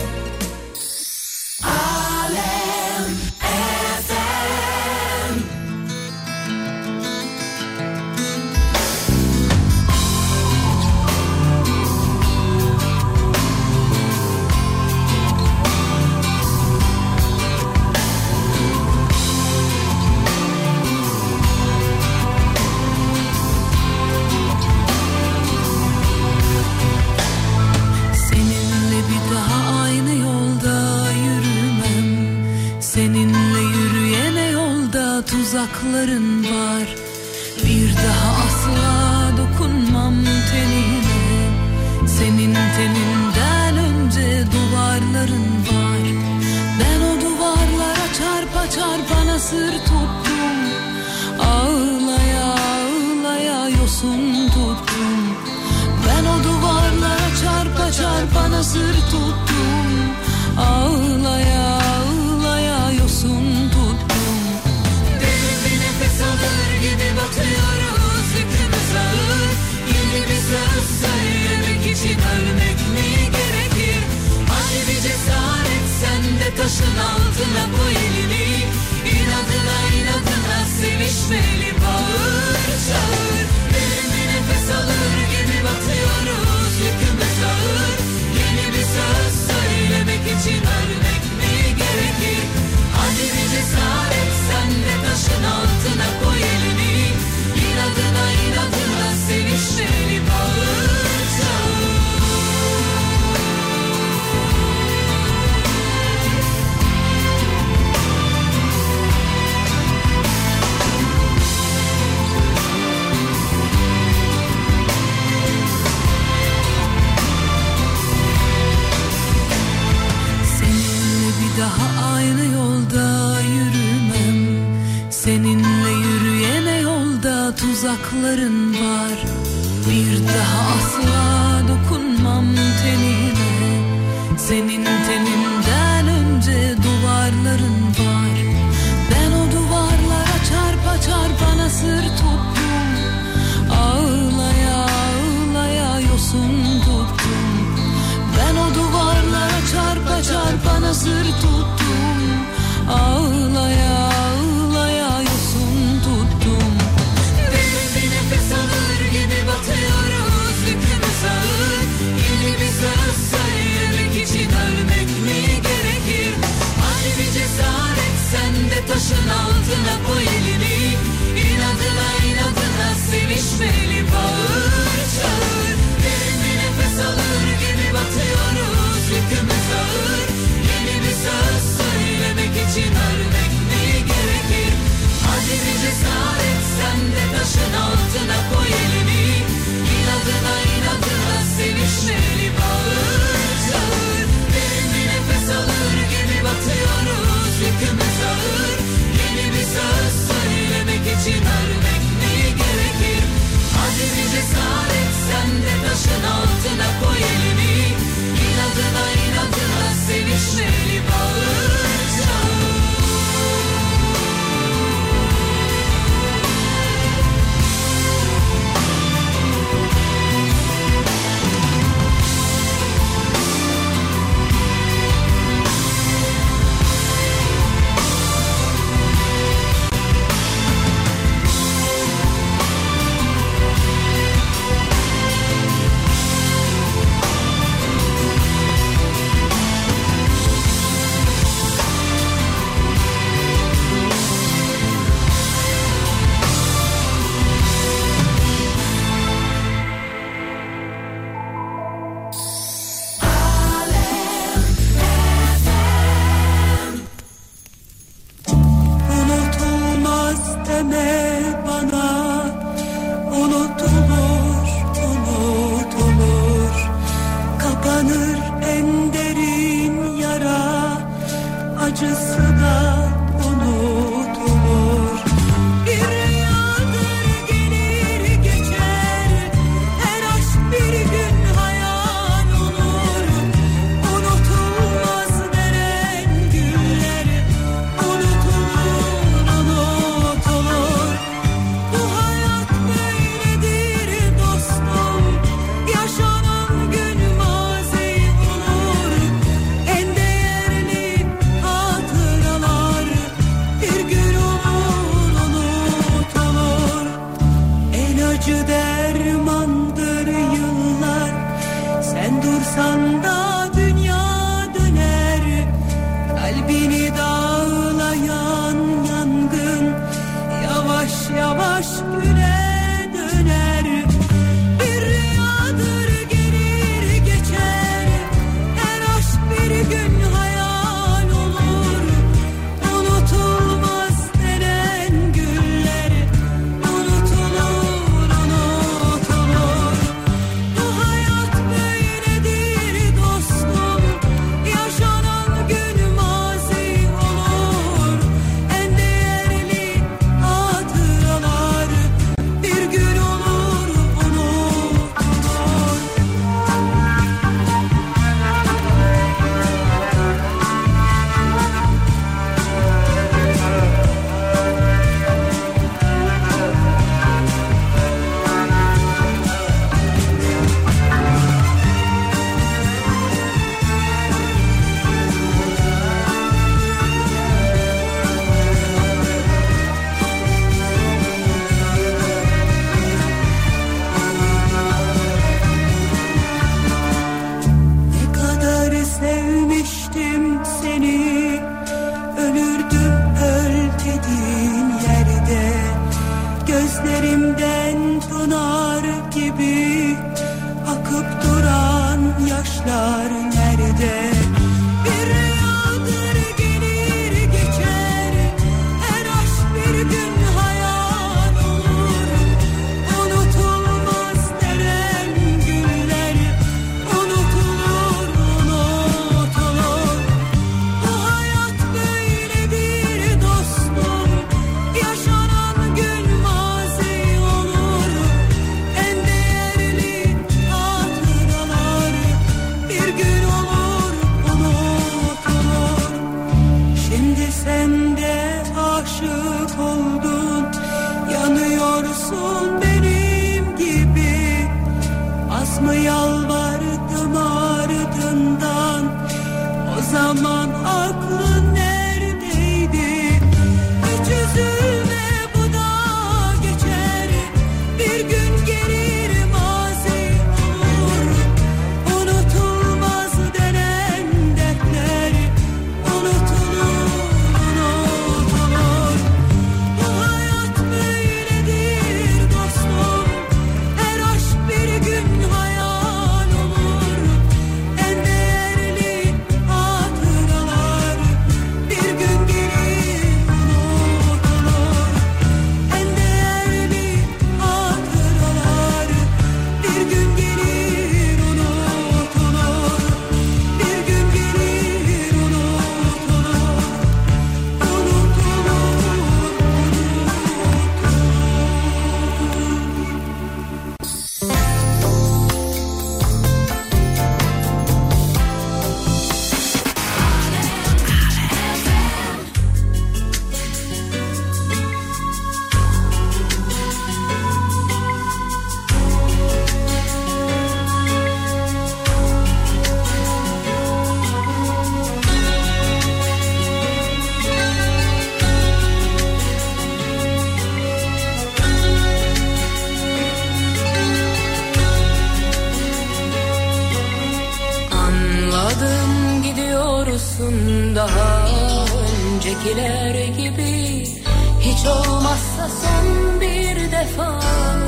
Seninle bir daha aynı yolda yürümem. Seninle yürüyene yolda tuzakların var. Bir daha asla dokunmam tenine. Senin teninden önce duvarların var. Ben o duvarlara çarpa çarpa nasır tuttum. Ağlaya ağlaya yosun tuttum. Ben o duvarlara çarpa çarpa nasır tuttum. Ağlaya ağlaya yosun tuttum. Derin bir nefes alır gibi batıyoruz, yükümüz ağır. Yeni bir söz söylemek için ölmek mi gerekir? Hadi bir cesaret, sen de taşın altına koy elini. İnadına inadına sevişmeli, bağır çağır. Derin bir nefes alır gibi batıyoruz, yükümüz ağır. Yeni bir söz söylemek için ölmek mi gerekir? Hadi bir cesaret, sen de taşın altına koy elini. İnadına inadına sevişmeli, bağır çağır. Seninle bir daha aynı yolda yürümem. Seninle yürüyene yolda tuzakların var. Bir daha asla dokunmam tenine. Senin teninden önce duvarların var. Ben o duvarlara çarpa çarpa nasır tuttum. Ağlaya ağlaya yosun tuttum. Ben o duvarlara çarpa çarpa nasır tuttum. Ağlaya ağlaya yosun tuttum. Derin bir nefes alır gibi batıyoruz, yükümüz ağır. Yeni bir söz söylemek için ölmek mi gerekir? kapanır en derin yara, acısı da unutulur. Bir rüyadır gelir geçer, her aşk bir gün hayal olur. Unutulmaz deren güller, unutulur, unutulur. Bu hayat böyledir dostum, yaşanan gün mazi olur. En değerli hatıralar bir gün olur, unutulur. En acı dermandır yıllar, sen dursan da dünya döner. Kalbini dağlayan yangın yavaş yavaş güle döner. Bir rüyadır gelir geçer, her aşk bir gün hayal olur. Unutulmaz denen güller, unutulur, unutulur. Bu hayat böyledir dostum, yaşanan gün mazi olur. En değerli hatıralar bir gün olur, unutulur. Ne kadar sevmiştim seni, ölürdüm öl dediğin yerde. Gözlerimden pınar gibi akıp duran yaşlar nerede? Bir rüyadır gelir geçer, her aşk bir gün hayal olur. Unutulmaz deren güller, unutulur, unutulur. Bu hayat böyledir dostum, yaşanan gün mazi olur. En değerli hatıralar bir gün olur, unutulur. Şimdi sen de aşık oldun, yanıyorsun benim gibi. Az mı yalvardım ardından, o zaman aklın neredeydi? Hiç üzülme, bu da geçer, bir gün gelir mazi olur. Unutulmaz denen dertler unutulur, unutulur. Bu hayat böyledir dostum, her aşk bir gün hayal olur. En değerli hatıralar bir gün gelir, unutulur. En değerli hatıralar bir gün gelir, unutulur. Bir gün gelir, unutulur. Anladım, gidiyorsun daha öncekiler gibi. Hiç olmazsa son bir defa.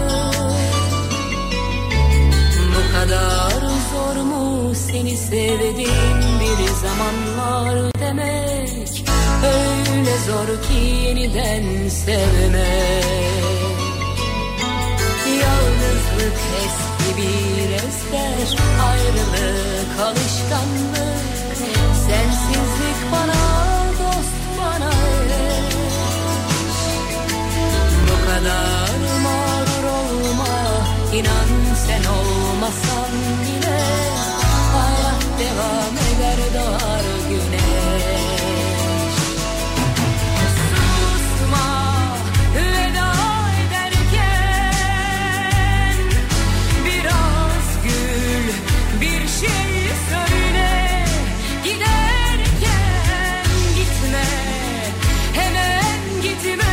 Bu kadar zor mu seni sevdim bir zamanlar demek? Öyle zor ki yeniden sevmek. Yalnızlık eski bir ezber, ayrılık alışkanlık. Sensizlik bana dost, bana eş. Bu kadar mağrur olma, inan sen olmasan bile hayat devam eder, doğar güneş. Susma veda ederken, biraz gül, bir şey söyle. Giderken gitme, hemen gitme,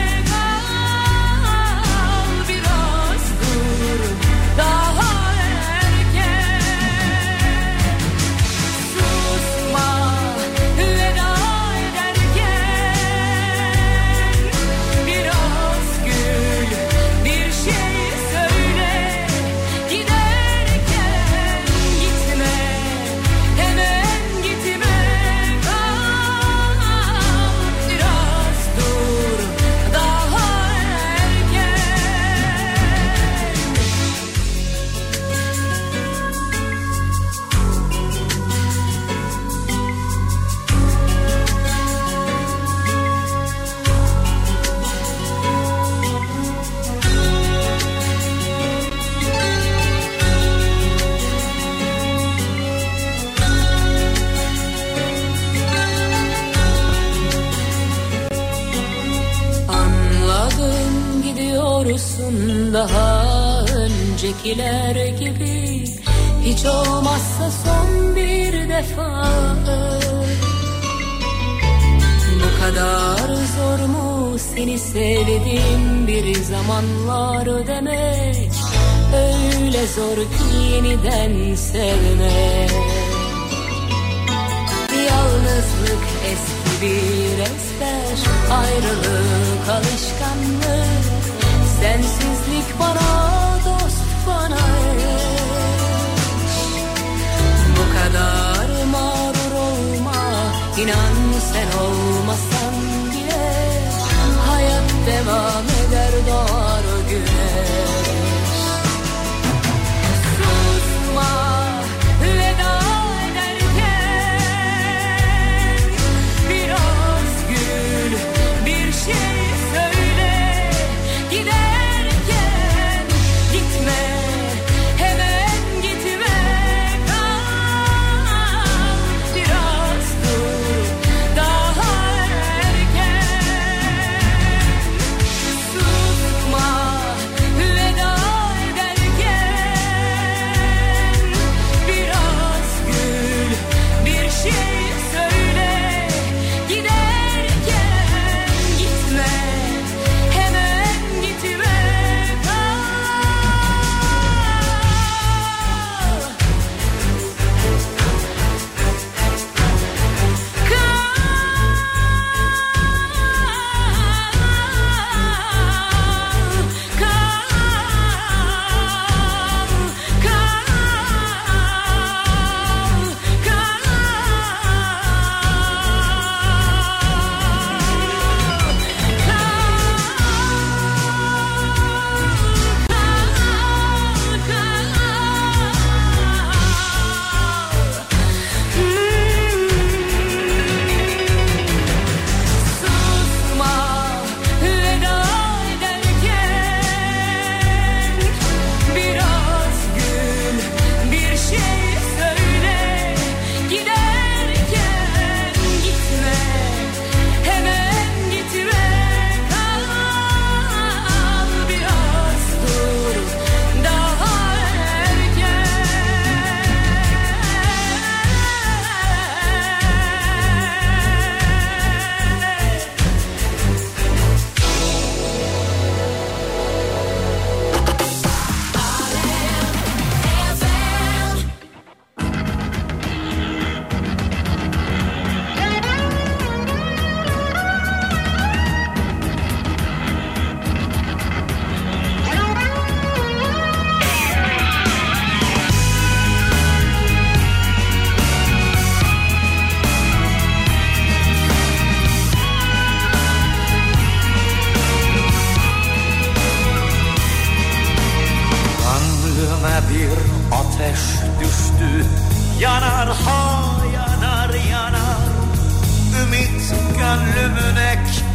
kal, biraz dur, daha erken. Susma veda ederken, biraz gül, bir şey söyle. Giderken gitme, hemen gitme, kal, biraz dur, daha erken. Anladım, gidiyorsun daha öncekiler gibi. Hiç olmazsa son bir defa. Bu kadar zor mu seni sevdim bir zamanlar demek? Öyle zor ki yeniden sevmek. Yalnızlık eski bir esper, ayrılık alışkanlık. Sensizlik bana dost, bana eş. Bu kadar mağrur olma, inan sen olmasan bile hayat devam eder, doğar güneş. Susma veda ederken, biraz gül, bir şey söyle. Giderken gitme, hemen gitme, kal, biraz dur, daha erken.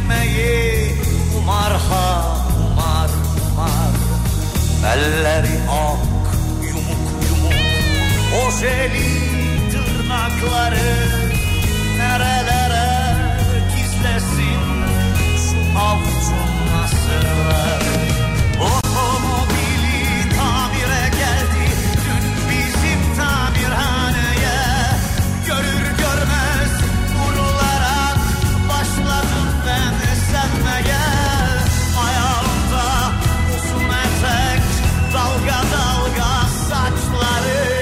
etmeyi umar ha umar umar. Elleri ak yumuk yumuk, ojeli tırnakları nerelere gizlesin şu avucun nasırları. Otomobili tamire geldi dün bizim tamirhaneye. Görür görmez vurularak başladım ben sevmeye. Ayağımda uzun etek, dalga dalga saçları.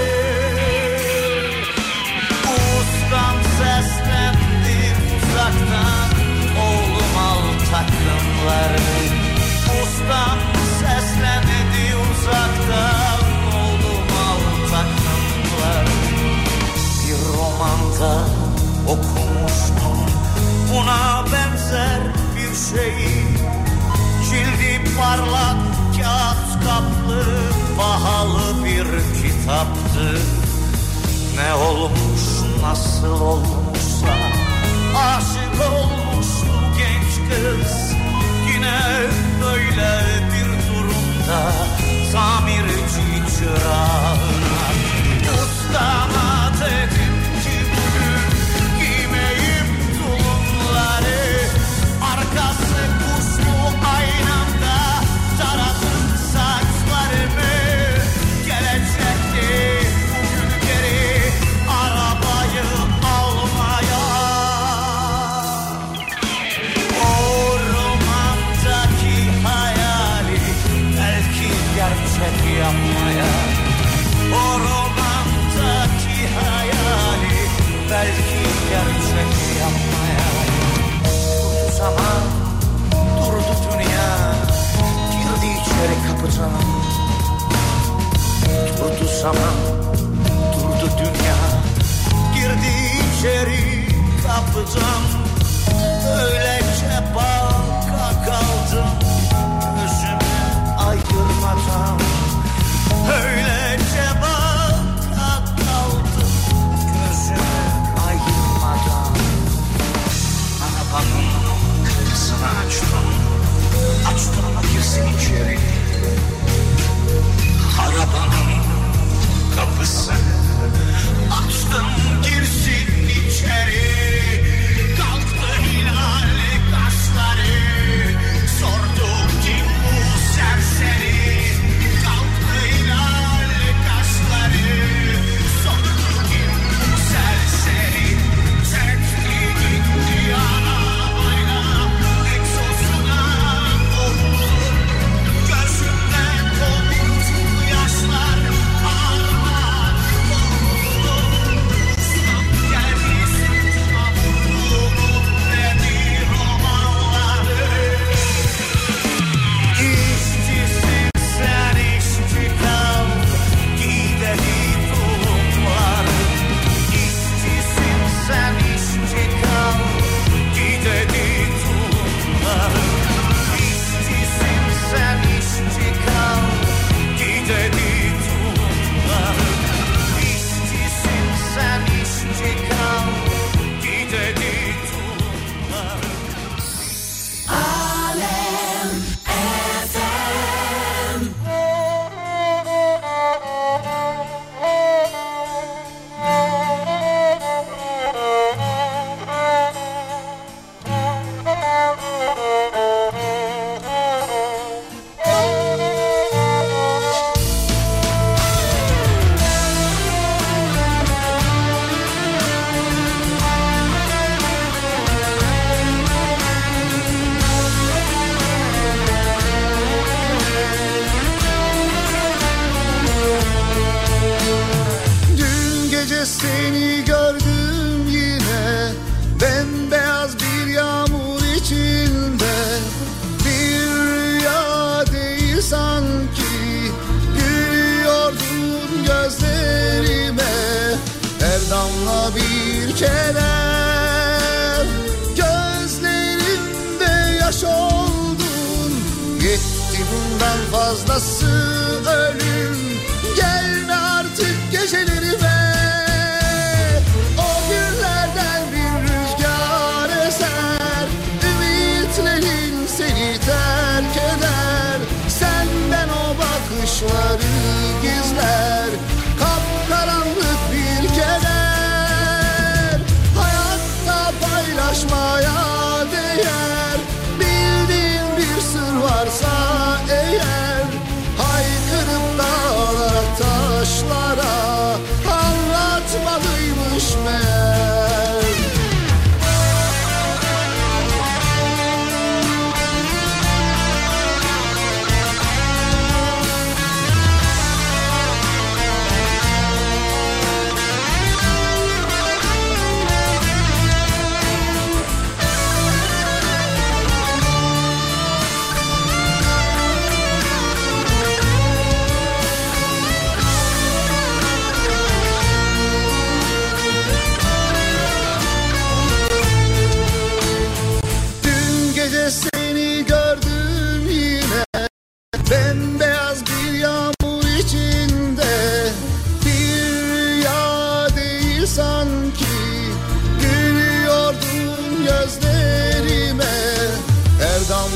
Ustam seslendi uzaktan, oğlum al takımları. Ustam seslendi uzaktan, oğlum al takımları. Bir romanda okumuştum buna benzer bir şeyi. Cildi parlak kağıt kaplı pahalı bir kitaptı. Ne olmuş nasıl olmuşsa aşık olmuş bu genç kız. Yine böyle bir durumda tamirci çırağına. Ustama dedim ki bugün giymeyim tulumları. Arkası kuşlu aynamda taradım saçlarımı. Gelecekti bugün geri arabayı almaya. O romandaki hayali belki gerçek yapmaya. O romandaki hayali belki gerçek yapmaya. Durdu zaman, durdu dünya, girdi içeri kapıdan. Durdu zaman, durdu dünya, girdi içeri kapıdan. Öylece baka kaldım, gözümü ayırmadan. Öylece baka kaldım, gözümü ayırmadan. Arabanın kapısını açtım, açtım girsin içeri. Arabanın kapısı açtım girsin içeri. Kalktı hilal kaşları, sordu kim bu serseri. Kalktı hilal kaşları, sordu kim bu serseri. Çekti gitti arabayla egzozuna vurdu. Gözümden kovuldu yaşlar, ağlar vurdu. Ustam geldi sırtıma vurdu dedi romanları. İşçisin sen işçi kal, giy dedi tulumları. İşçisin sen işçi kal, giy dedi tulumları. İşçisin sen işçi kal, giy dedi tulumları. İşçisin sen işçi kal, giy dedi tulumları. Dün gece seni gördüm yine, bembeyaz bir yağmur içinde. Bir rüya değil sanki, gülüyordun gözlerime. Her damla bir keder, gözlerimde yaş oldun. Yetti bundan fazlası ölüm, gelme artık gecelerime. O günlerden bir rüzgar eser, ümit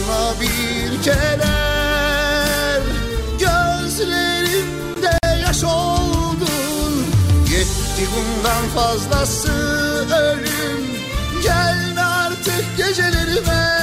bana bir keder. Gözlerimde yaş oldun, yetti bundan fazlası ölüm. Gelme artık gecelerime.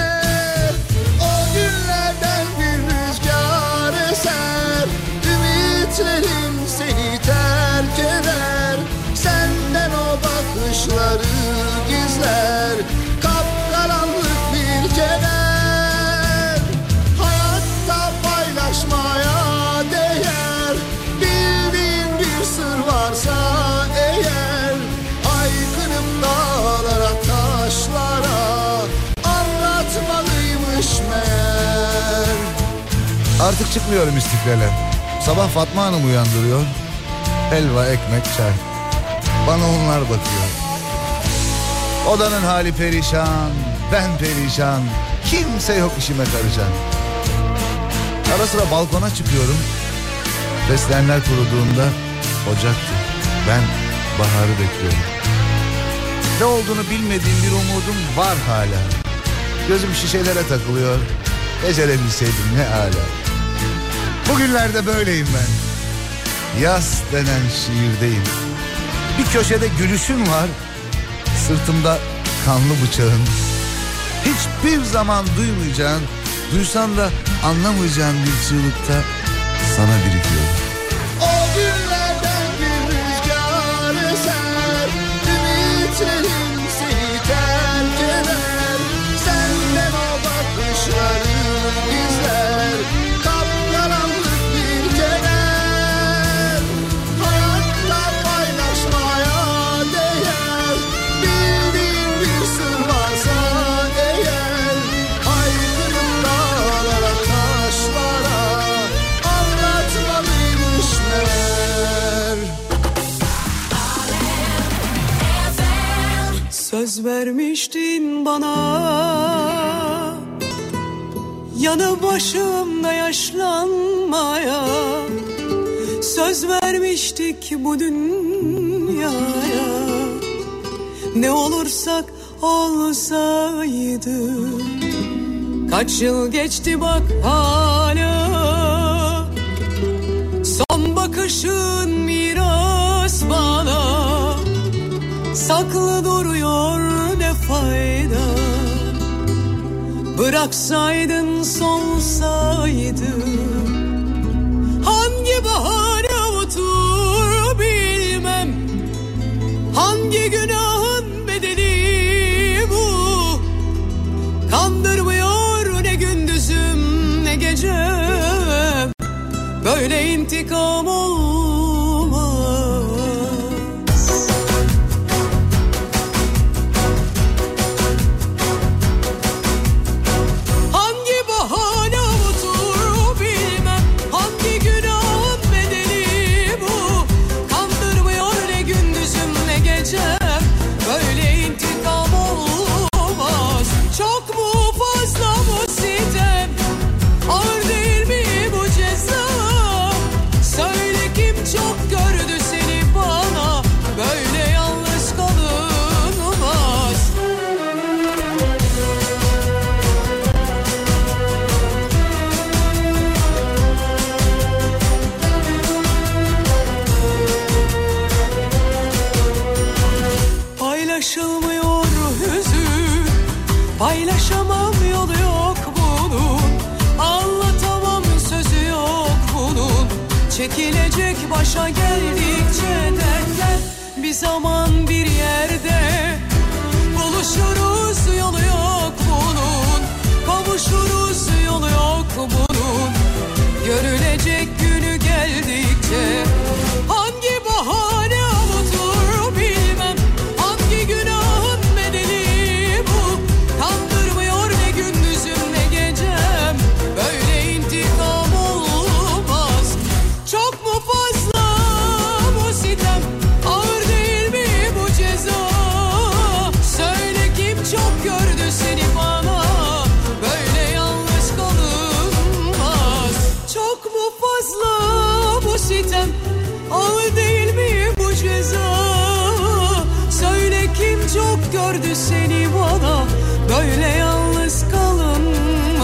O günlerden bir rüzgar eser, ümitlerim seni terk eder. Senden o bakışları gizler, kapkaranlık bir keder. Hayatta paylaşmaya değer, bildiğin bir sır varsa eğer, aykırıp dağlara taşlara anlatmalıymış meğer. Artık çıkmıyorum İstiklal'e. Sabah Fatma Hanım uyandırıyor. Helva, ekmek, çay. Bana onlar bakıyor. Odanın hali perişan, ben perişan. Kimse yok işime karışan. Ara sıra balkona çıkıyorum. Fesleğenler kuruduğunda ocaktı. Ben baharı bekliyorum. Ne olduğunu bilmediğim bir umudum var hala. Gözüm şişelere takılıyor. Becerebilseydim ne âlâ. Bugünlerde böyleyim ben. Yaz denen şiirdeyim. Bir köşede gülüşün var, sırtımda kanlı bıçağın. Hiçbir zaman duymayacağın, duysan da anlamayacağın bir çığlıkta sana birikiyorum. O günlerden bir rüzgar eser, ümitlerim seni terk eder. Senden o bakışları gizler, kapkaranlık bir keder. Hayatta paylaşmaya değer, bildiğin bir sır varsa eğer, aykırıp dağlara taşlara anlatmalıymış meğer. Söz vermiştin bana, yanı başımda yaşlanmaya. Söz vermiştik bu dünyaya, ne olursak olsaydı. Kaç yıl geçti bak hala, son bakışın miras bana. Saklı duruyor ne fayda, bıraksaydın solsaydı. Hangi bahane avutur bilmem, hangi günahın bedeli bu. Kandırmıyor ne gündüzüm ne gecem, böyle intikam olmaz. Hangi bahane avutur bilmem, hangi günahın bedeli bu. Kandırmıyor ne gündüzüm ne gecem, böyle intikam olmaz. Çok mu fazla bu sitem, ağır değil mi bu ceza? Söyle kim çok gördü seni bana, böyle yalnız kalınmaz. Paylaşılmıyor hüzün, paylaşamam yolu yok bunun. Anlatamam sözü yok bunun. Çekilecek başa geldikçe dertler, bir zaman bir yerde buluşuruz, yolu yok bunun. Kavuşuruz, yolu yok bunun. Görülecek günü geldikçe. Hangi bahane avutur bilmem, hangi günahın bedeli bu. Kandırmıyor ne gündüzüm ne gecem, böyle intikam olmaz. Çok mu fazla bu sitem, ağır değil mi bu ceza? Söyle kim çok gördü seni bana, böyle yalnız kalınmaz. Çok mu fazla bu sitem, ağır değil mi bu ceza? Söyle kim çok gördü seni bana, böyle yalnız kalınmaz.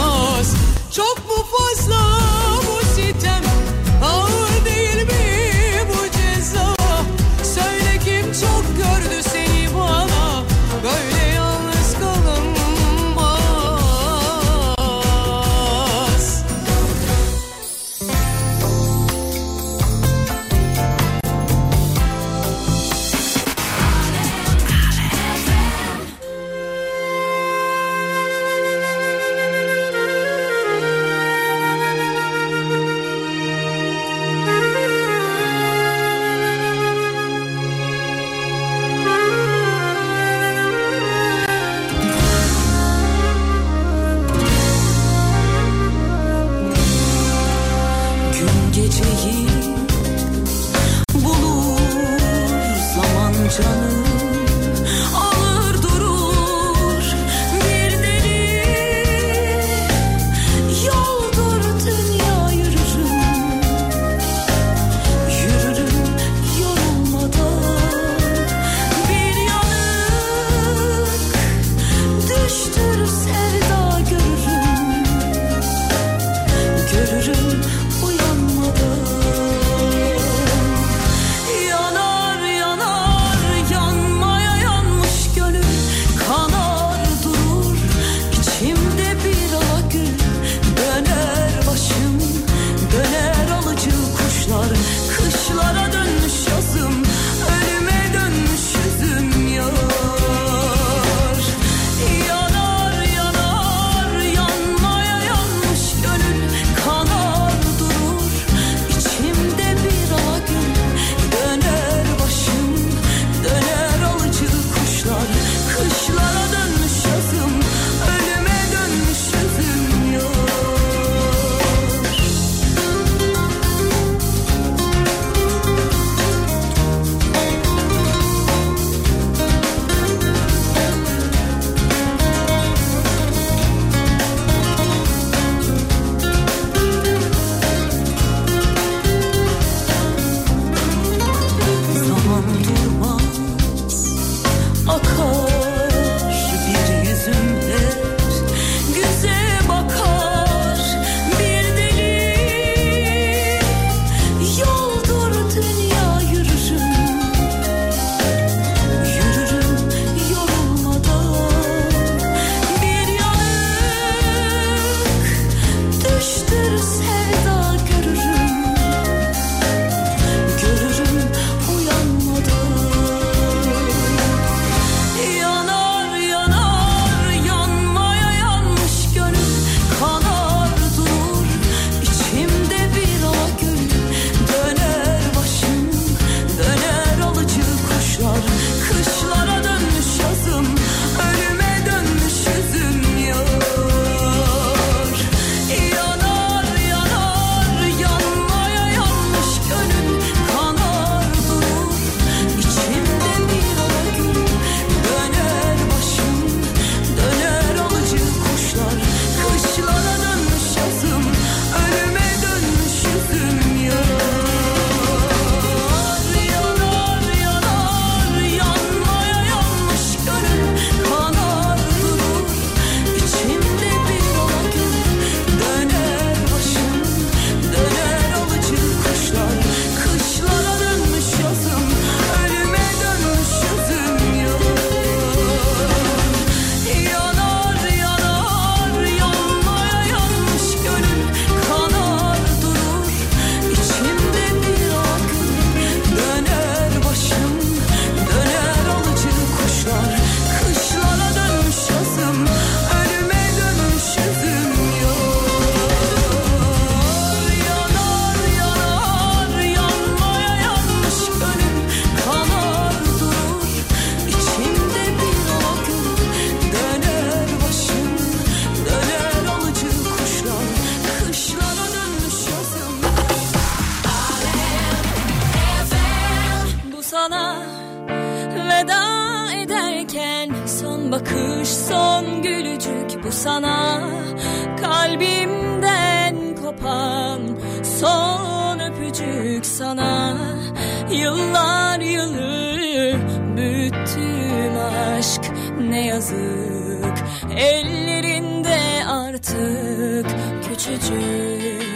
Son bakış, son gülücük bu sana. Kalbimden kopan son öpücük sana. Yıllar yılı büyüttüm aşk ne yazık. Ellerinde artık küçücük.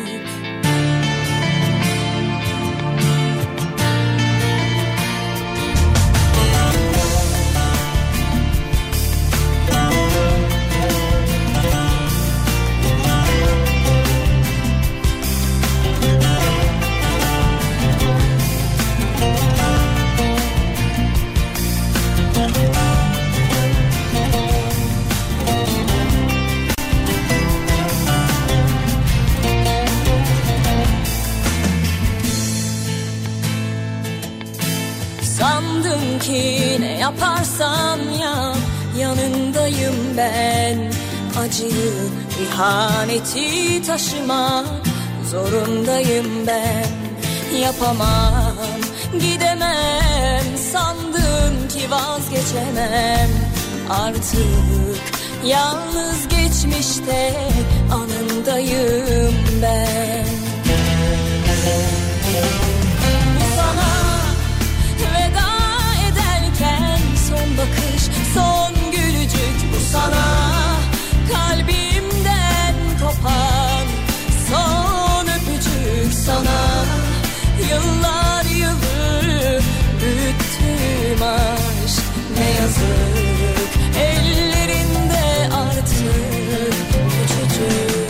Sandım ki ne yaparsan yap yanındayım ben. Acıyı, ihaneti taşımak zorundayım ben. Yapamam, gidemem, sandım ki vazgeçemem. Artık yalnız geçmişte anındayım ben. Bu sana veda ederken son bakış, son gülücük bu sana. Kalbimden kopan son öpücük sana. Yıllar yılı büyüttüm aşk ne yazık. Ellerinde artık küçücük.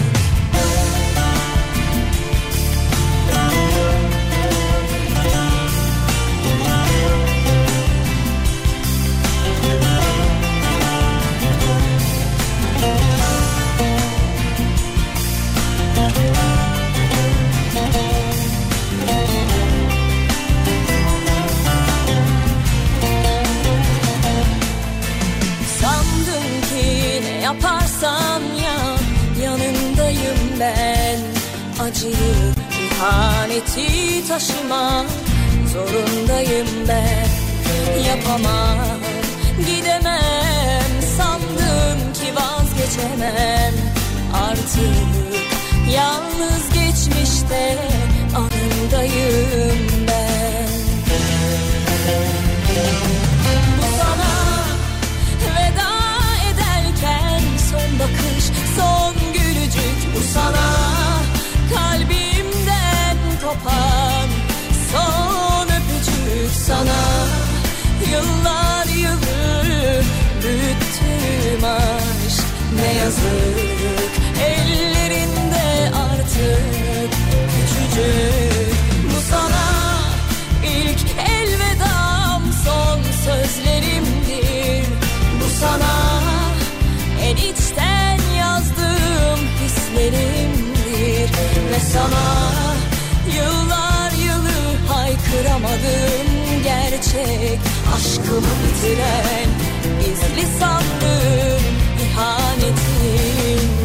Yaparsan yap yanındayım ben. Acıyı, ihaneti taşımak zorundayım ben. Yapamam, gidemem, sandım ki vazgeçemem. Artık yalnız geçmişte anındayım ben. Bu sana veda son bakış, son gülücük bu sana. Kalbimden kopan son öpücük sana. Yıllar yılı büyüttüm aşk ne yazık. Ellerinde artık küçücük. Bu sana ilk elvedam, son sözlerimdir. Bu sana en içten yazdığım hislerimdir. Ve sana yıllar yılı haykıramadım gerçek aşkımı bitiren gizli sandığım ihanetimdir.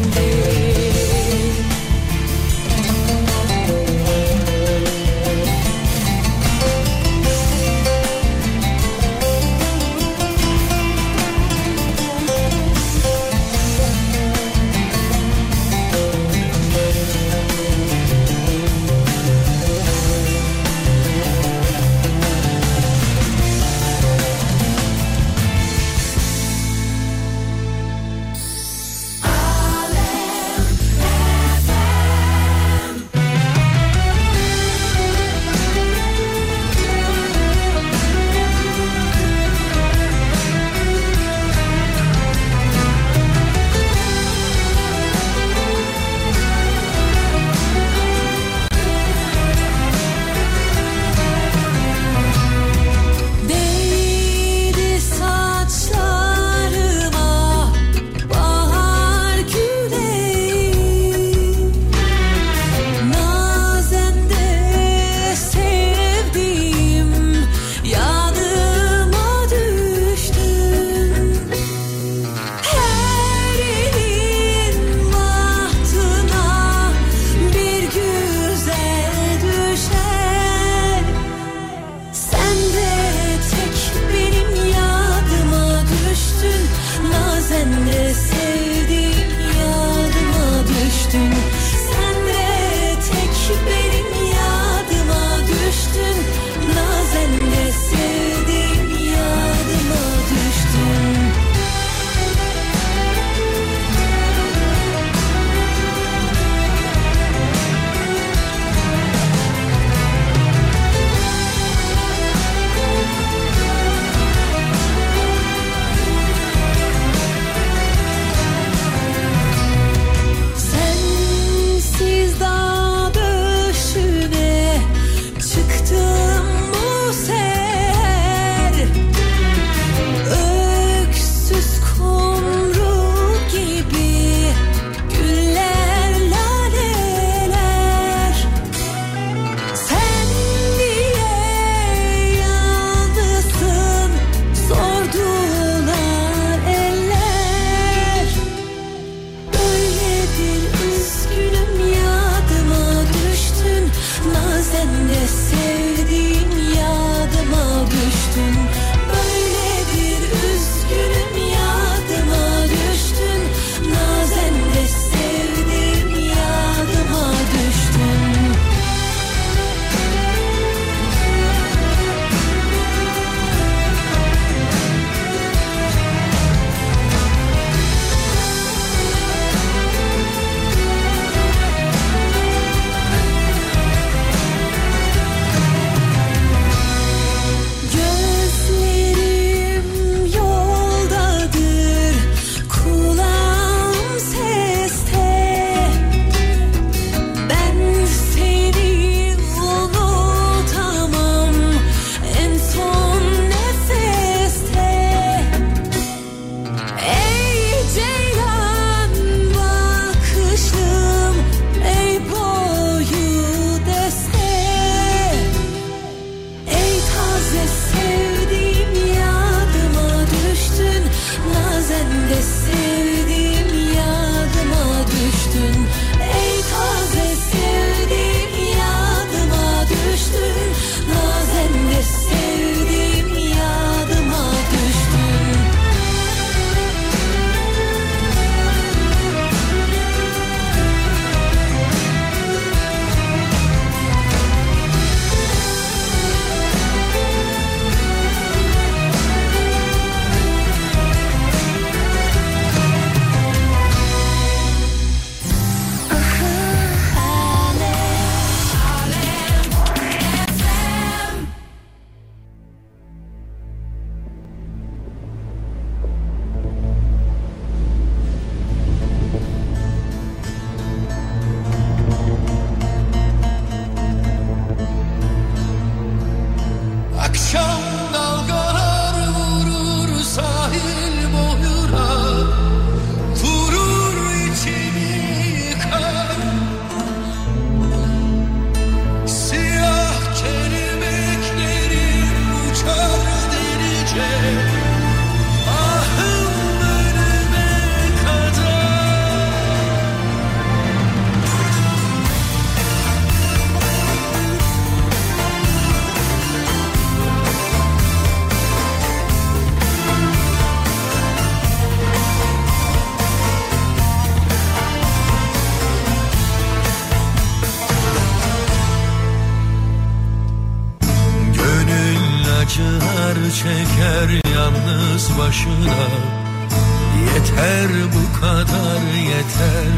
çeker yalnız başına. Yeter bu kadar yeter.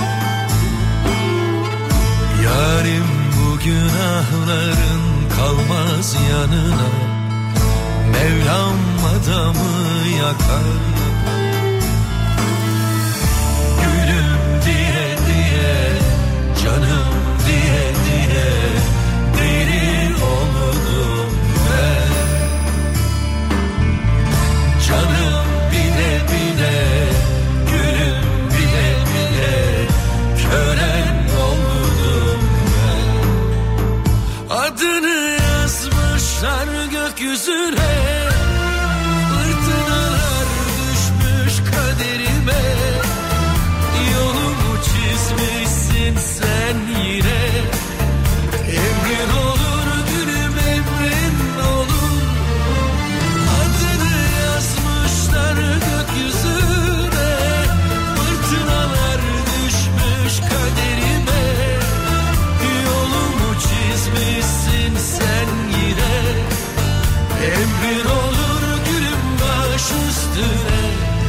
Yarim bu günahların kalmaz yanına. Mevlam adamı yakar. Gülüm diye diye, canım diye diye deli oldum ben. Canım bile bile, gülüm bile bile kölen oldum ben. Adını yazmışlar gökyüzüne, fırtınalar düşmüş kaderime. Yolumu çizmişsin sen yine. Emrin olur gülüm, emrin olur. Adını yazmışlar gökyüzüne, fırtınalar düşmüş kaderime. Yolumu çizmişsin sen yine. Emrin olur gülüm, baş üstüne.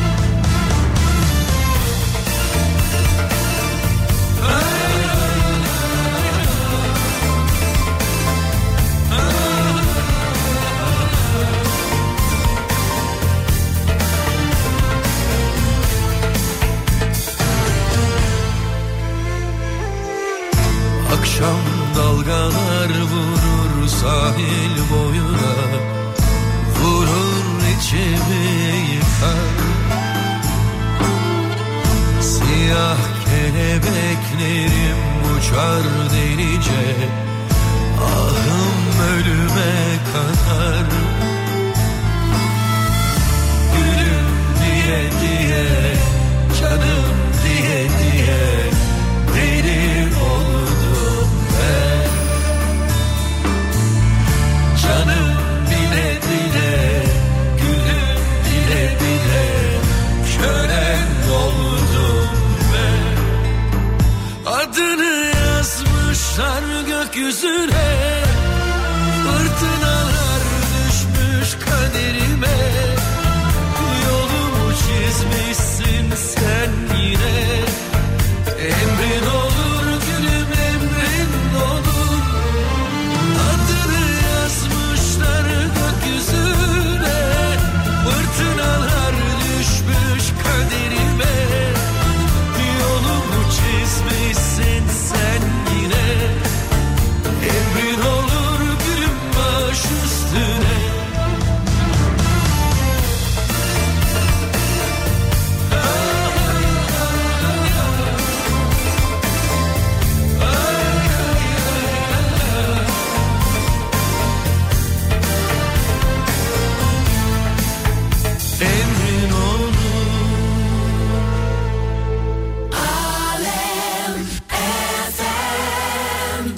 Akşam dalgalar vurur sahil boyuna, vurur içimi yıkar. Siyah kelebeklerim uçar delice, ahım ölüme kadar. Gülüm diye diye, canım diye diye deli oldum ben. Canım bile bile, gülüm bile bile kölen oldum ben. Adını yazmışlar gökyüzüne, fırtınalar düşmüş kaderime. Yolumu çizmişsin sen yine. Emrin olur gülüm, emrin olur. Adını yazmışlar gökyüzüne, fırtınalar düşmüş kaderime. Yolumu çizmişsin sen yine. Emrin olur gülüm, baş üstüne. Emrin olur. Alem FM.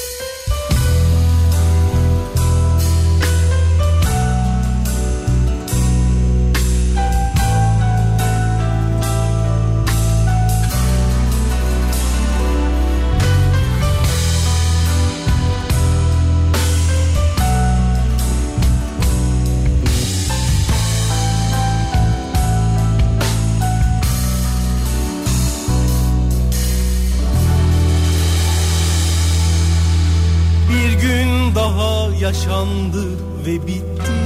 Bir gün daha yaşandı ve bitti.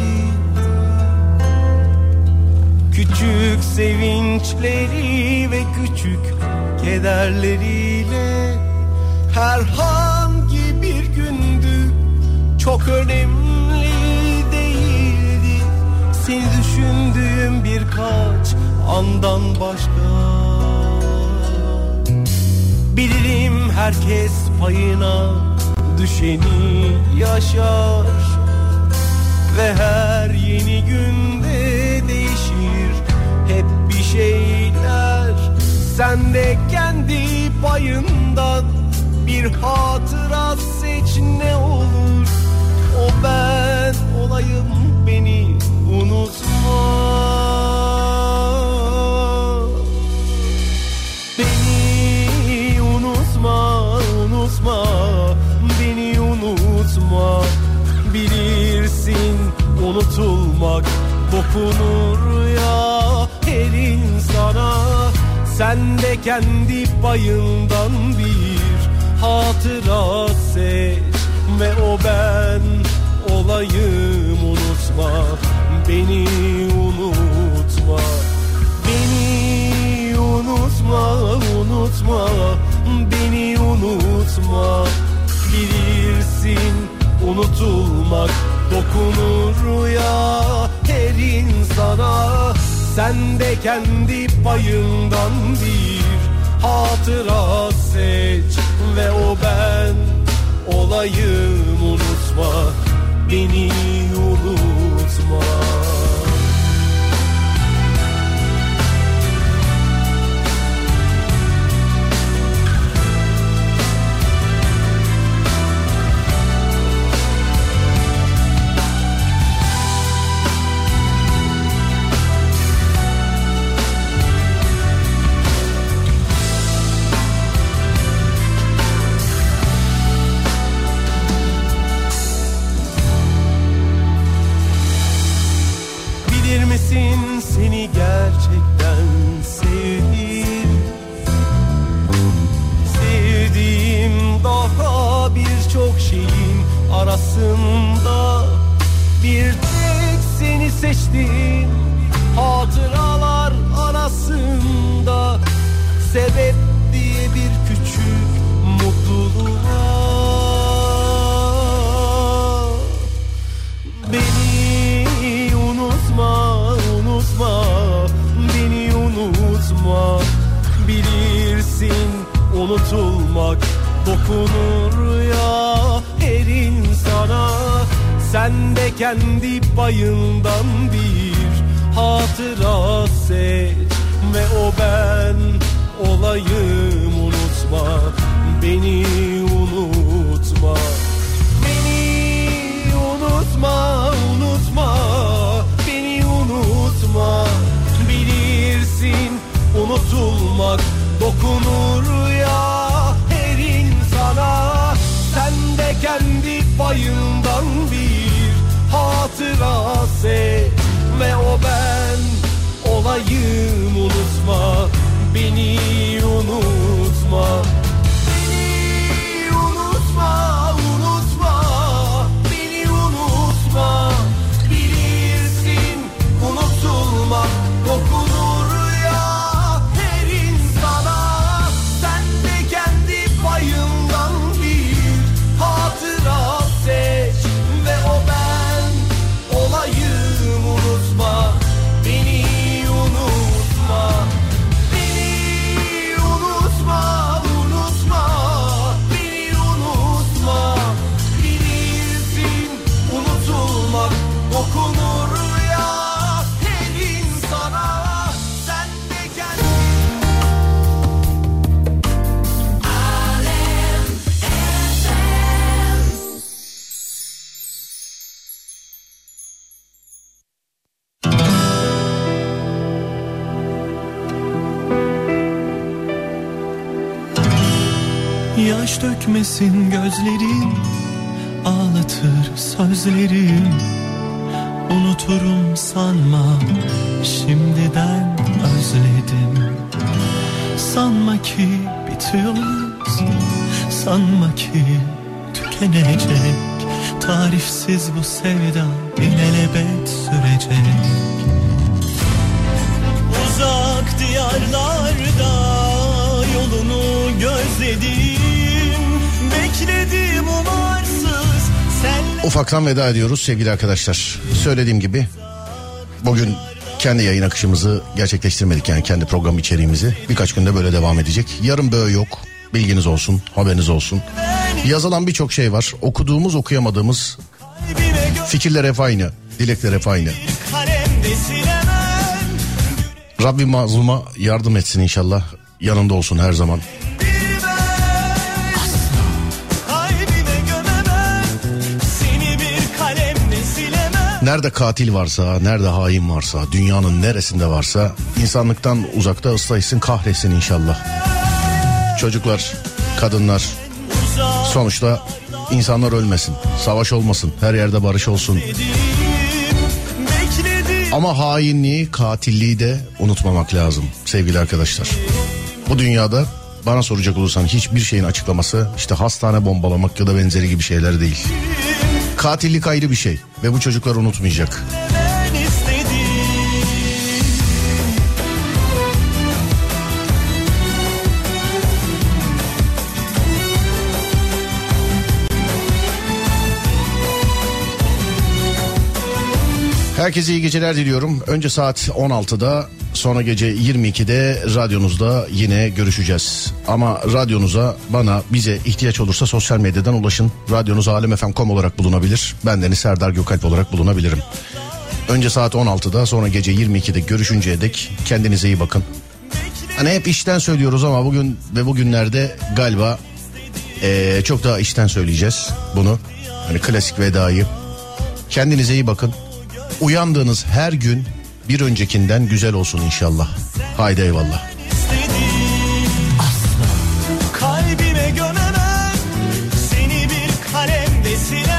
Küçük sevinçleri ve küçük kederleriyle. Herhangi bir gündü, çok önemli değildi. Seni düşündüğüm birkaç andan başka. Bilirim herkes payına düşeni yaşar ve her yeni günde değişir hep bir şeyler. Sen de kendi payından bir hatıra seç, ne olur. O ben olayım, beni unutma. Beni unutma, unutma, beni unutma. Bilirsin unutulmaz. dokunur ya her insana. Sen de kendi payından bir hatıra seç ve o ben olayım. Unutma beni, unutma beni, unutma, unutma beni, unutma. Bilirsin unutulmak dokunur ya her insana. Sen de kendi payından bir hatıra seç ve o ben olayım. Unutma beni, unutma. Seni gerçekten sevdim, sevdiğim daha birçok şeyin arasında bir tek seni seçtim. Hatıralar arasında sebep diye bir küçük mutluluğa. Beni unutma, unutma beni, unutma. Bilirsin unutulmak dokunur ya her insana. Sen de kendi payından bir hatıra seç ve o ben olayım. Unutma beni, unutma beni, unutma, unutma beni, unutma. Bilirsin unutulmak dokunur ya her insana. Sen de kendi payından bir hatıra seç ve o ben olayım. Unutma beni, unutma beni, unutma, unutma beni, unutma. Bilirsin unutulmak dokunur ya her insana. Sen de kendi payından bir hatıra seç ve o ben olayım. Unutma beni, unutma beni, unutma, unutma beni, unutma. Bilirsin unutulmak dokunur ya her insana. Sen de kendi Yaş dökmesin gözlerin, ağlatır sözlerim. Unuturum sanma, şimdiden özledim. Sanma ki bitiyoruz, sanma ki tükenecek. Tarifsiz bu sevda ilelebet sürecek. Uzak diyarlarda yolunu gözledim, bekledim umarsız. Ufaktan veda ediyoruz sevgili arkadaşlar. Söylediğim gibi bugün kendi yayın akışımızı gerçekleştirmedik, yani kendi program içeriğimizi. Birkaç günde böyle devam edecek. Yarın böyle yok. Bilginiz olsun, haberiniz olsun. Yazılan birçok şey var. Okuduğumuz, okuyamadığımız fikirler hep aynı, dilekler hep aynı. Rabbim mazluma yardım etsin inşallah. Yanında olsun her zaman. Nerede katil varsa, nerede hain varsa, dünyanın neresinde varsa insanlıktan uzakta ıslah etsin, kahretsin inşallah. Çocuklar, kadınlar, sonuçta insanlar ölmesin, savaş olmasın, her yerde barış olsun. Ama hainliği, katilliği de unutmamak lazım sevgili arkadaşlar. Bu dünyada bana soracak olursan hiçbir şeyin açıklaması işte hastane bombalamak ya da benzeri gibi şeyler değil. Katillik ayrı bir şey ve bu çocuklar unutmayacak. Herkese iyi geceler diliyorum. Önce saat 16'da, sonra gece 22'de radyonuzda yine görüşeceğiz. Ama radyonuza, bana, bize ihtiyaç olursa sosyal medyadan ulaşın. Radyonuz alemfm.com olarak bulunabilir. Bendeniz Serdar Gökalp olarak bulunabilirim. Önce saat 16'da, sonra gece 22'de görüşünceye dek kendinize iyi bakın. Hani hep işten söylüyoruz ama bugün ve bugünlerde galiba çok daha işten söyleyeceğiz bunu. Hani klasik vedayı. Kendinize iyi bakın. Uyandığınız her gün bir öncekinden güzel olsun inşallah. Haydi eyvallah. Kalbime gömemem seni bir kalemde siler.